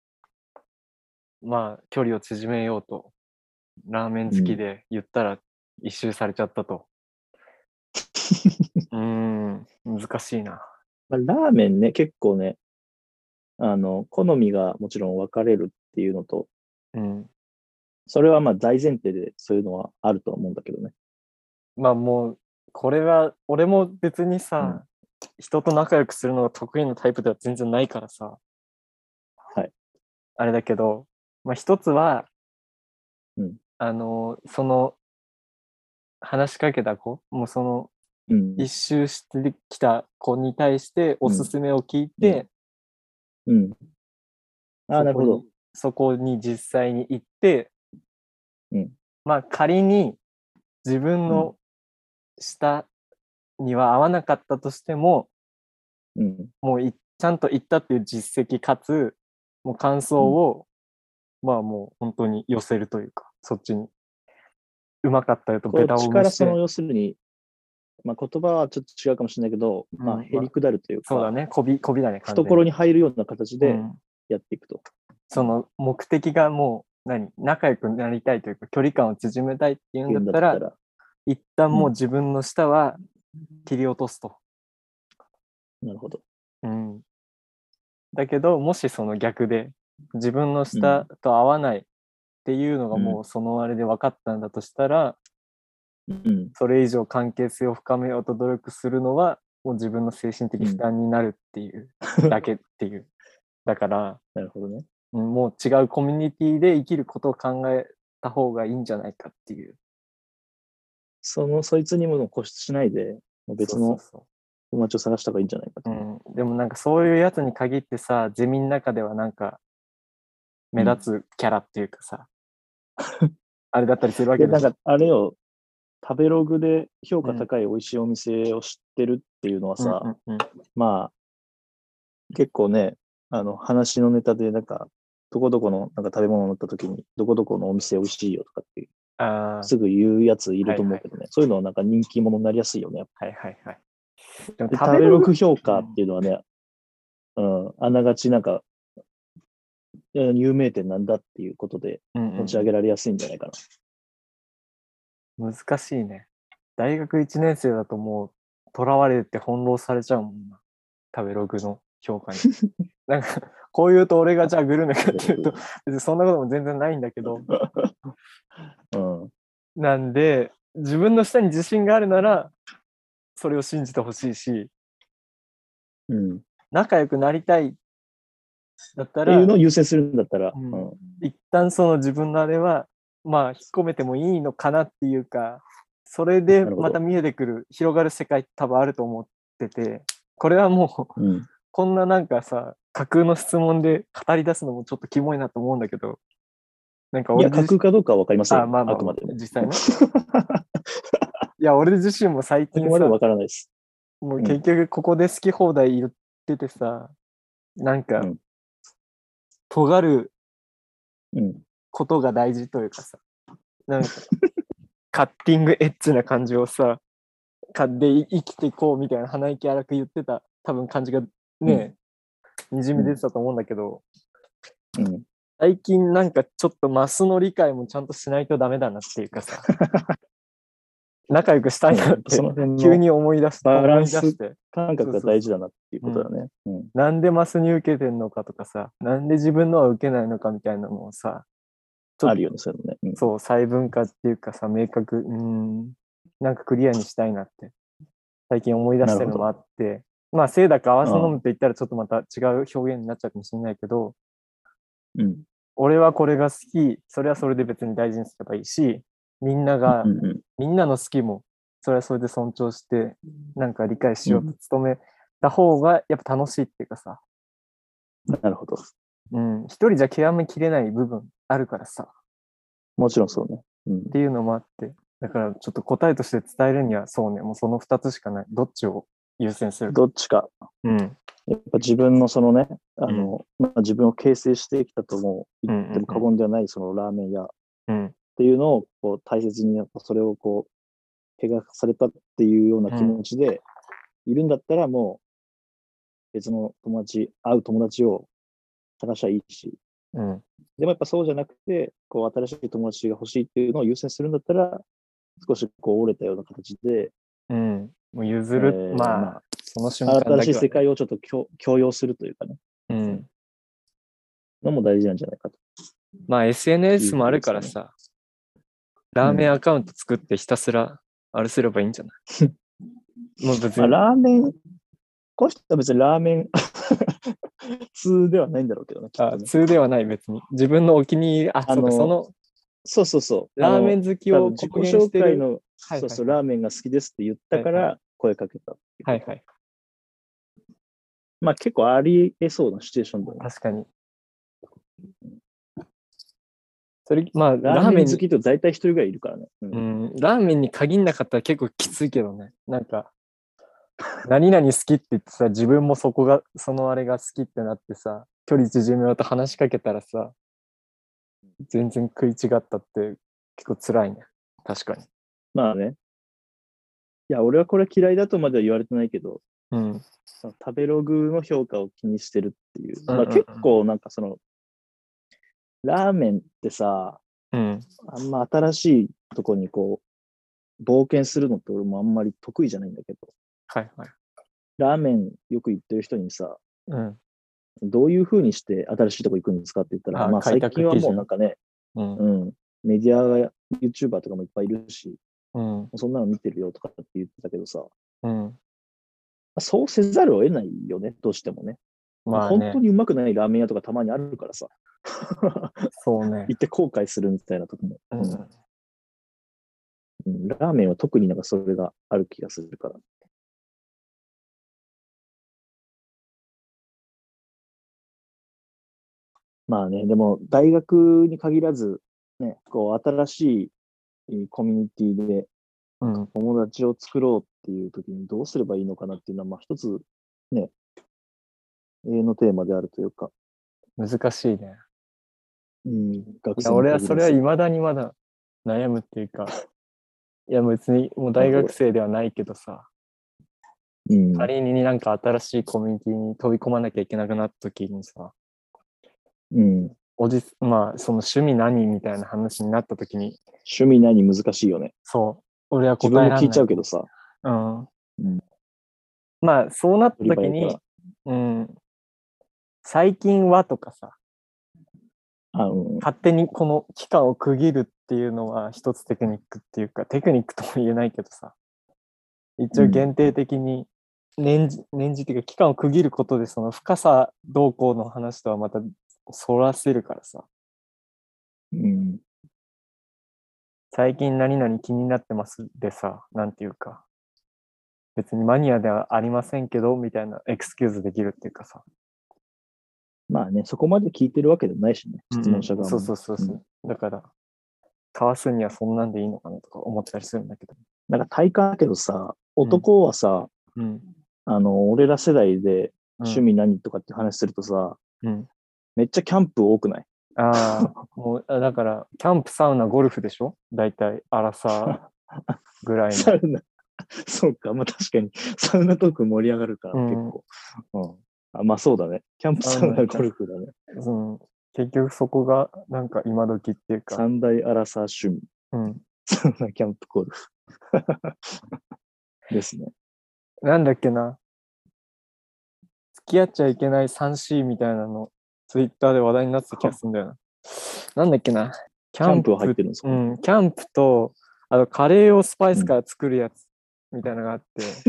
[SPEAKER 1] 距離を縮めようと、ラーメン好きで言ったら一周されちゃったと。難しいな。
[SPEAKER 2] ラーメンね、結構ね、好みがもちろん分かれるっていうのと、それは大前提でそういうのはあると思うんだけどね。
[SPEAKER 1] もう、これは、俺も別にさ、人と仲良くするのが得意なタイプでは全然ないからさ。
[SPEAKER 2] はい。
[SPEAKER 1] あれだけど、一つは、その、話しかけた子、もうその、一周してきた子に対しておすすめを聞いて、
[SPEAKER 2] なるほど。
[SPEAKER 1] そこに実際に行って、仮に自分の舌には合わなかったとしても、もうちゃんと行ったっていう実績かつ、もう感想を、もう本当に寄せるというか、そっちに。うまかったよとベタ褒めして。
[SPEAKER 2] こっちから要するに、言葉はちょっと違うかもしれないけど、へりくだるというか、
[SPEAKER 1] そうだね、こびだね、
[SPEAKER 2] 懐に入るような形でやっていくと。
[SPEAKER 1] その目的がもう、仲良くなりたいというか、距離感を縮めたいっていうんだったら、一旦もう自分の舌は切り落とすと。
[SPEAKER 2] なるほど。
[SPEAKER 1] だけど、もしその逆で、自分の舌と合わないっていうのがもうそのあれで分かったんだとしたら、それ以上関係性を深めようと努力するのは、もう自分の精神的負担になるっていうだけっていう。だから、
[SPEAKER 2] なるほどね。
[SPEAKER 1] もう違うコミュニティで生きることを考えた方がいいんじゃないかっていう。
[SPEAKER 2] そいつにも固執しないで、別の友達を探した方がいいんじゃないかと。
[SPEAKER 1] でもそういうやつに限ってさ、ゼミの中では目立つキャラっていうかさ、あれだったりするわけでしょ。
[SPEAKER 2] あれよ、食べログで評価高い美味しいお店を知ってるっていうのはさ、結構ね、話のネタでどこどこの食べ物になった時に、どこどこのお店美味しいよとかっていう、すぐ言うやついると思うけどね、そういうのは人気者になりやすいよね。でも食べログ評価っていうのはね、あながち有名店なんだっていうことで持ち上げられやすいんじゃないか
[SPEAKER 1] な。難しいね。大学1年生だともう、囚われて翻弄されちゃうもんな。食べログの評価に。なんか、こう言うと俺がじゃあグルメかっていうと、別にそんなことも全然ないんだけど。なんで、自分の下に自信があるなら、それを信じてほしいし、仲良くなりたいだったら、
[SPEAKER 2] っていうのを優先するんだったら、
[SPEAKER 1] 一旦その自分のあれは、まあ、引っ込めてもいいのかなっていうか、それでまた見えてくる、広がる世界多分あると思ってて、これはもう、こんななんかさ、架空の質問で語り出すのもちょっとキモいなと思うんだけど、なんか
[SPEAKER 2] 俺架空かどうかは分かりませんよ。
[SPEAKER 1] まあまあ、
[SPEAKER 2] あくまでも。
[SPEAKER 1] 実際ね。いや、俺自身も最近さ、
[SPEAKER 2] あくまで分からないです。
[SPEAKER 1] もう結局ここで好き放題言っててさ、なんか、尖ることが大事というかさ、なんか、カッティングエッジな感じをさ、で生きていこうみたいな鼻息荒く言ってた多分感じがね、にじみ出てたと思うんだけど、最近なんかちょっとマスの理解もちゃんとしないとダメだなっていうかさ、仲良くしたいなって急に思い出して、
[SPEAKER 2] バランス感覚が大事だなっていうことだね。
[SPEAKER 1] なんでマスに受けてんのかとかさ、なんで自分のは受けないのかみたいなのをさ、
[SPEAKER 2] あるよね、そういうのね。
[SPEAKER 1] そう、細分化っていうかさ、明確、なんかクリアにしたいなって最近思い出してるのもあって、まあ、せいだか合わせ飲むって言ったらちょっとまた違う表現になっちゃうかもしれないけど、俺はこれが好き、それはそれで別に大事にすればいいし、みんなの好きも、それはそれで尊重して、なんか理解しようと努めた方がやっぱ楽しいっていうかさ。
[SPEAKER 2] なるほど。
[SPEAKER 1] 一人じゃ極めきれない部分あるからさ。
[SPEAKER 2] もちろんそうね。
[SPEAKER 1] っていうのもあって、だからちょっと答えとして伝えるにはそうね、もうその2つしかない。どっちを優先する
[SPEAKER 2] どっちか。やっぱ自分のそのね、自分を形成してきたとも言っても過言ではないそのラーメン屋っていうのをこう大切にそれをこう怪我されたっていうような気持ちでいるんだったらもう別の会う友達を探しゃいいし、でもやっぱそうじゃなくて、こう新しい友達が欲しいっていうのを優先するんだったら、少しこう折れたような形で、
[SPEAKER 1] もう譲る、まあ、その瞬間だけは、
[SPEAKER 2] 新しい世界をちょっと強要するというかね、のも大事なんじゃないかと。
[SPEAKER 1] まあ SNS もあるからさ、ラーメンアカウント作ってひたすらあれすればいいんじゃないもう別に。
[SPEAKER 2] ラーメン、この人は別にラーメン通ではないんだろうけどね。
[SPEAKER 1] 通ではない別に。自分のお気に入り、
[SPEAKER 2] そう。
[SPEAKER 1] ラーメン好きを
[SPEAKER 2] 自己紹介の、そう、ラーメンが好きですって言ったから声かけた。
[SPEAKER 1] はいはい。
[SPEAKER 2] まあ結構ありえそうなシチュエーションだね。
[SPEAKER 1] 確かに。それ、まあ、
[SPEAKER 2] ラーメン好きと大体一人ぐらいいるからね。
[SPEAKER 1] ラーメンに限んなかったら結構きついけどね。なんか、何々好きって言ってさ、自分もそのあれが好きってなってさ、距離縮めようと話しかけたらさ、全然食い違ったって結構辛いね。確かに。
[SPEAKER 2] まあね。いや、俺はこれ嫌いだとまでは言われてないけど、食べログの評価を気にしてるっていう。まあ結構なんかその、ラーメンってさ、あんま新しいとこにこう、冒険するのって俺もあんまり得意じゃないんだけど、ラーメンよく行ってる人にさ、どういうふうにして新しいとこ行くんですかって言ったら、まあ最近はもうなんかね、メディアが YouTuber とかもいっぱいいるし、そんなの見てるよとかって言ってたけどさ、そうせざるを得ないよね、どうしてもね。まあね、本当にうまくないラーメン屋とかたまにあるからさ。
[SPEAKER 1] そうね。
[SPEAKER 2] 行って後悔するみたいなとこも。ラーメンは特になんかそれがある気がするから。まあね、でも大学に限らず、ね、こう新しいコミュニティで友達を作ろうっていう時にどうすればいいのかなっていうのは、まあ一つね、永遠のテーマであるというか。
[SPEAKER 1] 難しいね。
[SPEAKER 2] 学生
[SPEAKER 1] 俺はそれは未だにまだ悩むっていうか、いや別にもう大学生ではないけどさ、仮になんか新しいコミュニティに飛び込まなきゃいけなくなった時にさ、
[SPEAKER 2] うん。
[SPEAKER 1] まあ、その趣味何みたいな話になった時に。
[SPEAKER 2] 趣味何難しいよね。
[SPEAKER 1] そう。俺は
[SPEAKER 2] 自分も聞い
[SPEAKER 1] 答えらんない。
[SPEAKER 2] ちゃうけどさ。
[SPEAKER 1] うん。
[SPEAKER 2] うん。
[SPEAKER 1] まあ、そうなった
[SPEAKER 2] 鳥早いから。
[SPEAKER 1] 時に、うん。最近はとかさ、勝手にこの期間を区切るっていうのは一つテクニックっていうか、テクニックとも言えないけどさ、一応限定的に年次っていうか期間を区切ることでその深さ動向の話とはまたそらせるからさ、
[SPEAKER 2] うん。
[SPEAKER 1] 最近何々気になってますでさ、なんていうか、別にマニアではありませんけど、みたいなエクスキューズできるっていうかさ。
[SPEAKER 2] まあね、そこまで聞いてるわけでもないしね、質問者側も、
[SPEAKER 1] そうそうそうそう。だから、かわすにはそんなんでいいのかなとか思ったりするんだけど。
[SPEAKER 2] なんか体感だけどさ、男はさ、俺ら世代で趣味何とかって話するとさ、めっちゃキャンプ多くない？
[SPEAKER 1] ああ、もう、だから、キャンプ、サウナ、ゴルフでしょ大体、アラサーぐらいの。
[SPEAKER 2] サウナ、そうか、まあ確かに、サウナトーク盛り上がるから、結構。まあそうだね。キャンプ、サウナ、ゴルフだね。
[SPEAKER 1] 結局そこが、なんか今時っていうか。
[SPEAKER 2] 三大アラサー趣味。サウナ、キャンプ、ゴルフ。ですね。
[SPEAKER 1] なんだっけな。付き合っちゃいけない 3C みたいなの、ツイッターで話題になってた気がするんだよな。なんだっけな。
[SPEAKER 2] キャンプは入ってるんですか？
[SPEAKER 1] キャンプと、カレーをスパイスから作るやつみたいなのがあって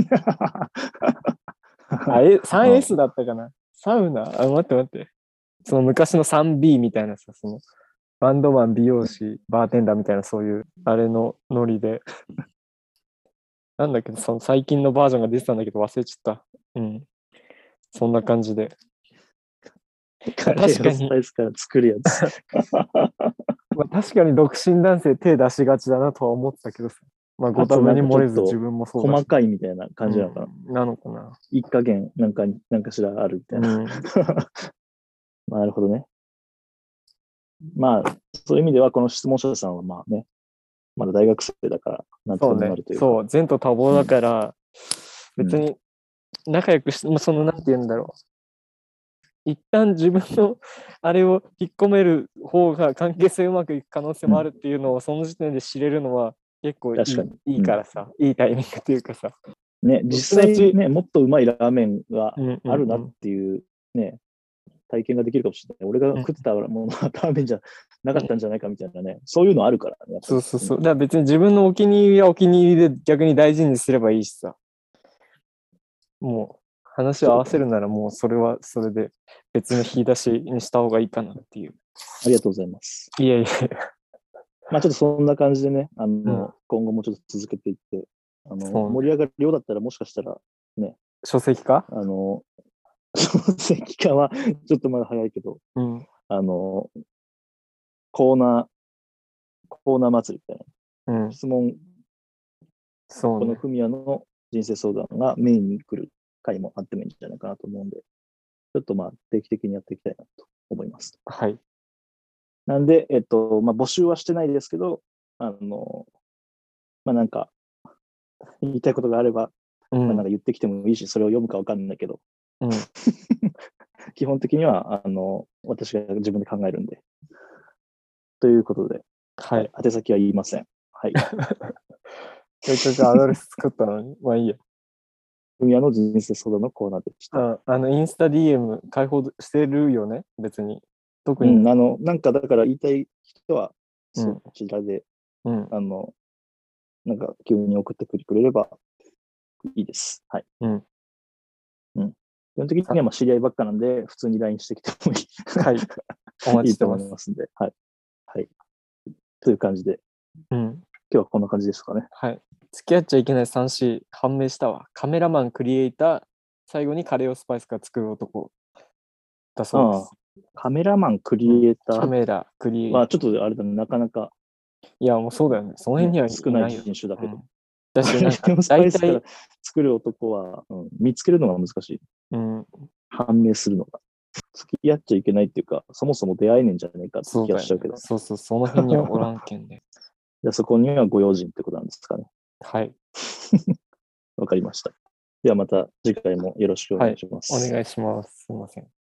[SPEAKER 1] 。3S だったかな。サウナ待って。その昔の 3B みたいなさ、その、バンドマン、美容師、バーテンダーみたいなそういう、あれのノリで。なんだけど、その最近のバージョンが出てたんだけど忘れちゃった。そんな感じで。
[SPEAKER 2] カレーをスパイスから作るやつ。
[SPEAKER 1] 確かに独身男性手出しがちだなとは思ってたけどさ。まあ、ご多分に漏れず自分もそうだし。
[SPEAKER 2] 細かいみたいな感じなのかな。
[SPEAKER 1] なのかな。
[SPEAKER 2] 一加減なんかしらあるみたいな。なるほどね。まあ、そういう意味では、この質問者さんはまあね、まだ大学生だから、なんとでもなるというか。
[SPEAKER 1] そう、前途多忙だから、別に仲良くして、その、なんて言うんだろう。一旦自分のあれを引っ込める方が関係性うまくいく可能性もあるっていうのをその時点で知れるのは結構いいからさ、いいタイミングっていうかさ。
[SPEAKER 2] ね、実際ね、もっとうまいラーメンがあるなっていうね、体験ができるかもしれない。俺が食ってたものはラーメンじゃなかったんじゃないかみたいなね、そういうのあるからね。
[SPEAKER 1] そう。だから別に自分のお気に入りはお気に入りで逆に大事にすればいいしさ。もう話を合わせるならもうそれはそれで別の引き出しにした方がいいかなっていう。
[SPEAKER 2] ありがとうございます。
[SPEAKER 1] いえ。
[SPEAKER 2] まあちょっとそんな感じでね、今後もちょっと続けていって、盛り上がるようだったらもしかしたらね。
[SPEAKER 1] 書籍化？
[SPEAKER 2] 書籍化はちょっとまだ早いけど、コーナー祭りみたいな。質問、このフミヤの人生相談がメインに来る回もあってもいいんじゃないかなと思うんで、ちょっとまあ定期的にやっていきたいなと思います。
[SPEAKER 1] はい。
[SPEAKER 2] なんで、まあ募集はしてないですけど、まあなんか、言いたいことがあれば、まあなんか言ってきてもいいし、それを読むかわかんないけど、基本的には、私が自分で考えるんで。ということで、
[SPEAKER 1] はい。
[SPEAKER 2] 宛先は言いません。はい。
[SPEAKER 1] せっかくアドレス作ったのに、まあいいや。
[SPEAKER 2] フミヤの人生相談のコーナーでした。
[SPEAKER 1] インスタ DM 開放してるよね、別に。特に。
[SPEAKER 2] なんかだから言いたい人は、そちらで、なんか急に送ってくれればいいです。はい。基本的にはまあ知り合いばっかなんで、普通に LINE してきてもいい。
[SPEAKER 1] はい。お待ちしてます。
[SPEAKER 2] いいと思いますんで。はい。はい。という感じで。今日はこんな感じですかね。
[SPEAKER 1] はい。付き合っちゃいけない 3C 判明したわ。カメラマン、クリエイター、最後にカレーをスパイスから作る男だそうです。
[SPEAKER 2] カメラマン、クリエイター。
[SPEAKER 1] カメラ、クリエイター。
[SPEAKER 2] まあちょっとあれだね、なかなか。
[SPEAKER 1] いや、もうそうだよね。その辺には
[SPEAKER 2] 少ない人種だけど。
[SPEAKER 1] だし、なんか、
[SPEAKER 2] スパイスから作る男は、見つけるのが難しい。判明するのが。付き合っちゃいけないっていうか、そもそも出会えねえんじゃないかって気がしちゃうけど。
[SPEAKER 1] そう、その辺にはおらんけんで。
[SPEAKER 2] じゃあそこにはご用心ってことなんですかね。
[SPEAKER 1] はい。
[SPEAKER 2] わかりました。ではまた次回もよろしくお願いします。
[SPEAKER 1] お願いします。すみません。